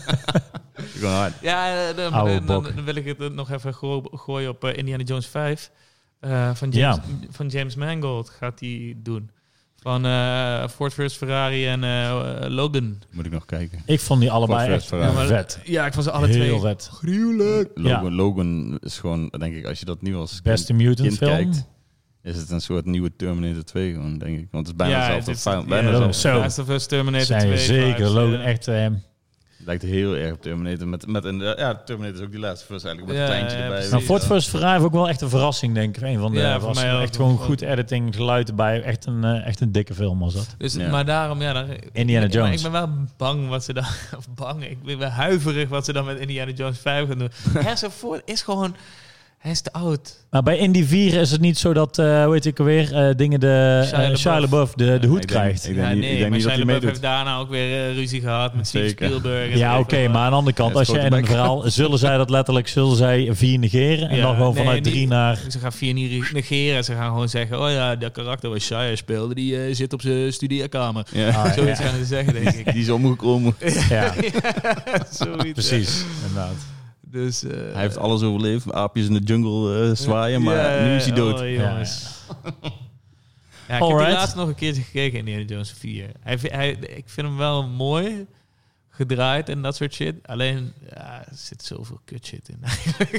gewoon hard. Ja, eh, dan, Oude dan, dan, bok. dan wil ik het nog even gro- gooien op eh, Indiana Jones vijf. Eh, van, James, van James Mangold gaat hij doen. Van eh Ford versus Ferrari en eh, Logan. Moet ik nog kijken. Ik vond die allebei Ford echt versus Ferrari. vet. Ja, ik vond ze alle Heel twee vet. gruwelijk. Logan, Logan is gewoon, denk ik, als je dat nu als Beste kind, mutant kind film. kijkt, is het een soort nieuwe Terminator twee gewoon, denk ik. Want het is bijna Ja, hetzelfde. het is- fi- ja, bijna dat hetzelfde. is zo. Last of Us, Terminator Zijn twee. zeker. vibes, Logan ja. echt... eh, Lijkt heel erg op Terminator. Met, met een, ja, Terminator is ook die laatste first eigenlijk. Met Ja, een kleintje ja, erbij. precies. Nou, weet je Ford wel. versus Ferrari heeft ook wel echt een verrassing, denk ik. Een van de Ja, voor verrassingen. mij ook. Echt gewoon goed editing, geluid erbij. Echt een, eh, echt een dikke film was dat. Dus, Ja. Maar daarom, ja... Dan, Indiana ik, maar Jones. Ik ben wel bang wat ze dan... Of bang, ik ben wel huiverig wat ze dan met Indiana Jones vijf gaan doen. Harrison Ford is gewoon... Hij is te oud. Maar bij Indy vier is het niet zo dat, eh hoe heet ik alweer, eh, dingen de Shia eh, LaBeouf. Shia LaBeouf de, de Ja, hoed ik denk- krijgt. ik denk Ja, niet- nee, ik denk maar niet dat Shia hij LaBeouf meedoet. heeft daarna ook weer eh, ruzie gehad met Steven Zeker. Spielberg. en Ja, zo. oké, maar aan de andere kant, Ja, als je grote in een bek. verhaal, zullen zij dat letterlijk, zullen zij vier negeren en Ja, dan gewoon nee, vanuit niet- drie naar... Ze gaan vier niet negeren. Ze gaan gewoon zeggen... Oh ja, dat karakter waar Shia speelde... die eh, zit op zijn studeerkamer. Ja. Ah, Zoiets ja. gaan ze zeggen, denk ik. Die is omgekomen. Ja, Zoiets, precies, inderdaad. Dus, eh, Hij heeft alles overleefd. Aapjes in de jungle eh, zwaaien, maar ja, nu is hij dood. oh, jongens. Ja, ik heb Alright. die laatst nog een keertje gekeken in Indiana Jones vier. Hij, vi- hij, ik vind hem wel mooi gedraaid en dat soort shit. Alleen, ja, er zit zoveel kut shit in.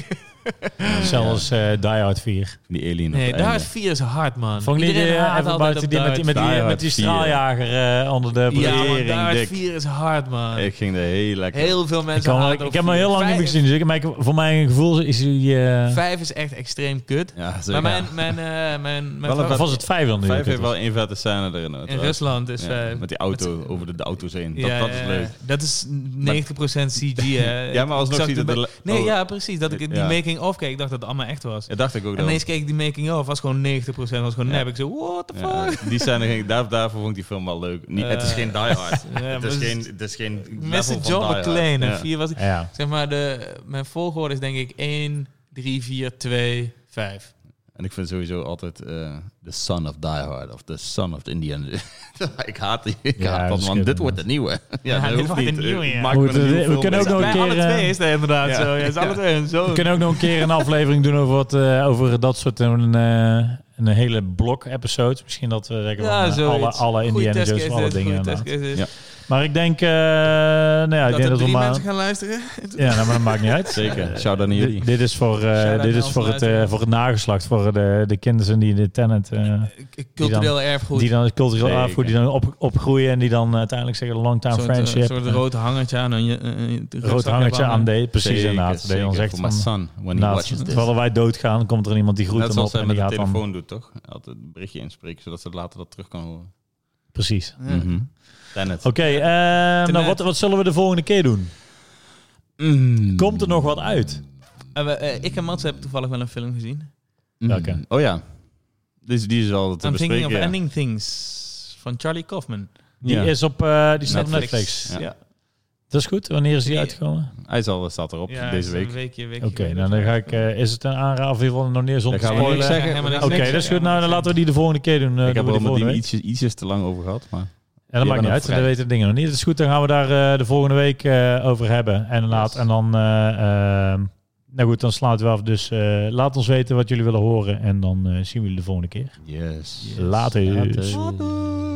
Zelfs eh Die Hard vier. Die alien Nee, op het daar einde. is vier is hard, man. Vond je die, Iedereen eh, haat even altijd buiten op die, met die, met die, Die met Hard die vier. straaljager eh, onder de Ja, bril? maar Tering daar is dik. vier is hard, man. Ik ging er heel lekker. Heel veel Ik, mensen kan, haten ik, op ik heb hem vier. heel lang niet meer Vijf- gezien, dus ik, maar ik, voor mijn gevoel is hij... eh Vijf is echt extreem kut. Ja, zeker. Maar mijn, mijn, eh, mijn, mijn Wel een vrouw- of was het vijf dan? nu? Vijf heeft wel één vette scène erin. hoor, in trouwens. Rusland is Ja, vijf. met die auto, Met- over de, de auto's heen. Dat, Ja, dat is ja, leuk. Dat is negentig procent C G, hè. Ja, maar alsnog Ik zag ziet het de er ma- le- Nee, oh. ja, precies. Dat ik die Ja. making-of keek, ik dacht dat het allemaal echt was. Ja, dacht ik ook. En dat. ineens keek ik die making-of, was gewoon negentig procent, was gewoon Ja. nep. Ik zo, what the Ja, fuck? die scène ging, daar, daarvoor vond ik die film wel leuk. Niet, het is Eh, geen Die Hard. Ja, het, maar is het is- geen, het is geen level mister van John Die Hard. McClane. En Ja. vier was... Ja. Zeg maar, de, mijn volgorde is denk ik één, drie, vier, twee, vijf. En ik vind sowieso altijd uh, The Son of Die Hard. Of The Son of the Indian. ik haat die. Ik Ja, haat dat dat, is man. Dit schitterend. wordt de nieuwe. ja, Ja, dat dit hoeft wordt niet. de nieuwe, ja. Maak We maar een moeten- nieuwe we film. kunnen ook nog een Bij alle keer, eh, twee is dat inderdaad ja. zo. Ja, het is alle twee zo. We kunnen ook nog een keer een aflevering doen over, wat, eh, over dat soort een, eh, een hele blok episodes. Misschien dat we zeggen Ja, van, eh, alle, zoiets. alle Goeie Indiana Jones testcase van alle dit, dingen. goeie inderdaad. testcase dit. Ja. Maar ik denk... Uh, nou ja, ik dat denk er dat we drie maar... mensen gaan luisteren. Ja, nou, maar dat maakt niet uit. Zeker. Shout-out naar jullie. D- dit is voor, uh, dit is voor, het, uh, voor het nageslacht, voor de, de kinderen die de Tenet... Uh, cultureel dan, erfgoed. Die dan cultureel Zeker. erfgoed, die dan op, opgroeien en die dan uh, uiteindelijk zeggen long time soort, friendship. Een soort uh, rood hangertje aan. Uh, rood hangertje aan de, precies zeker, inderdaad. Zeker. Dan zegt voor my son, when he nou, watches this. terwijl wij doodgaan, komt er iemand die groet Net hem op zoals en hij die met de gaat telefoon dan... doet, toch? Altijd een berichtje inspreken, zodat ze later dat terug kan horen. Precies. Ja. Mm-hmm. Oké, okay, uh, nou, wat, wat zullen we de volgende keer doen? Mm. Komt er nog wat uit? Uh, we, uh, ik en Mats hebben toevallig wel een film gezien. Mm. Welke? Oh ja. Dus die is al te I'm bespreken. Thinking of ja. Ending Things van Charlie Kaufman. Die Ja. is op uh, die staat op Netflix. Netflix. Ja. Ja. Dat is goed. Wanneer is die Die- uitgekomen? Hij is al, staat erop Ja, deze is week. Een weekje, weekje Oké, okay, geleden nou dan of ga zo. ik... Uh, is het een aanrader of in ieder geval nog niet eens om te Dan gaan we niks spoilen? zeggen. helemaal Oké, niks dat is goed. Nou, dan zeggen. laten we die de volgende keer doen. Uh, Ik doen heb we er die met die volgende week. ietsjes, ietsjes te lang over gehad, maar... Ja, dat Je maakt niet bent uit. nog vrij. We weten de dingen nog niet. Het is goed, dan gaan we daar uh, de volgende week uh, over hebben. En, laat, Yes. en dan... Uh, uh, nou goed, dan sluiten we af. Dus uh, laat ons weten wat jullie willen horen. En dan uh, zien we jullie de volgende keer. Yes. Later. Later.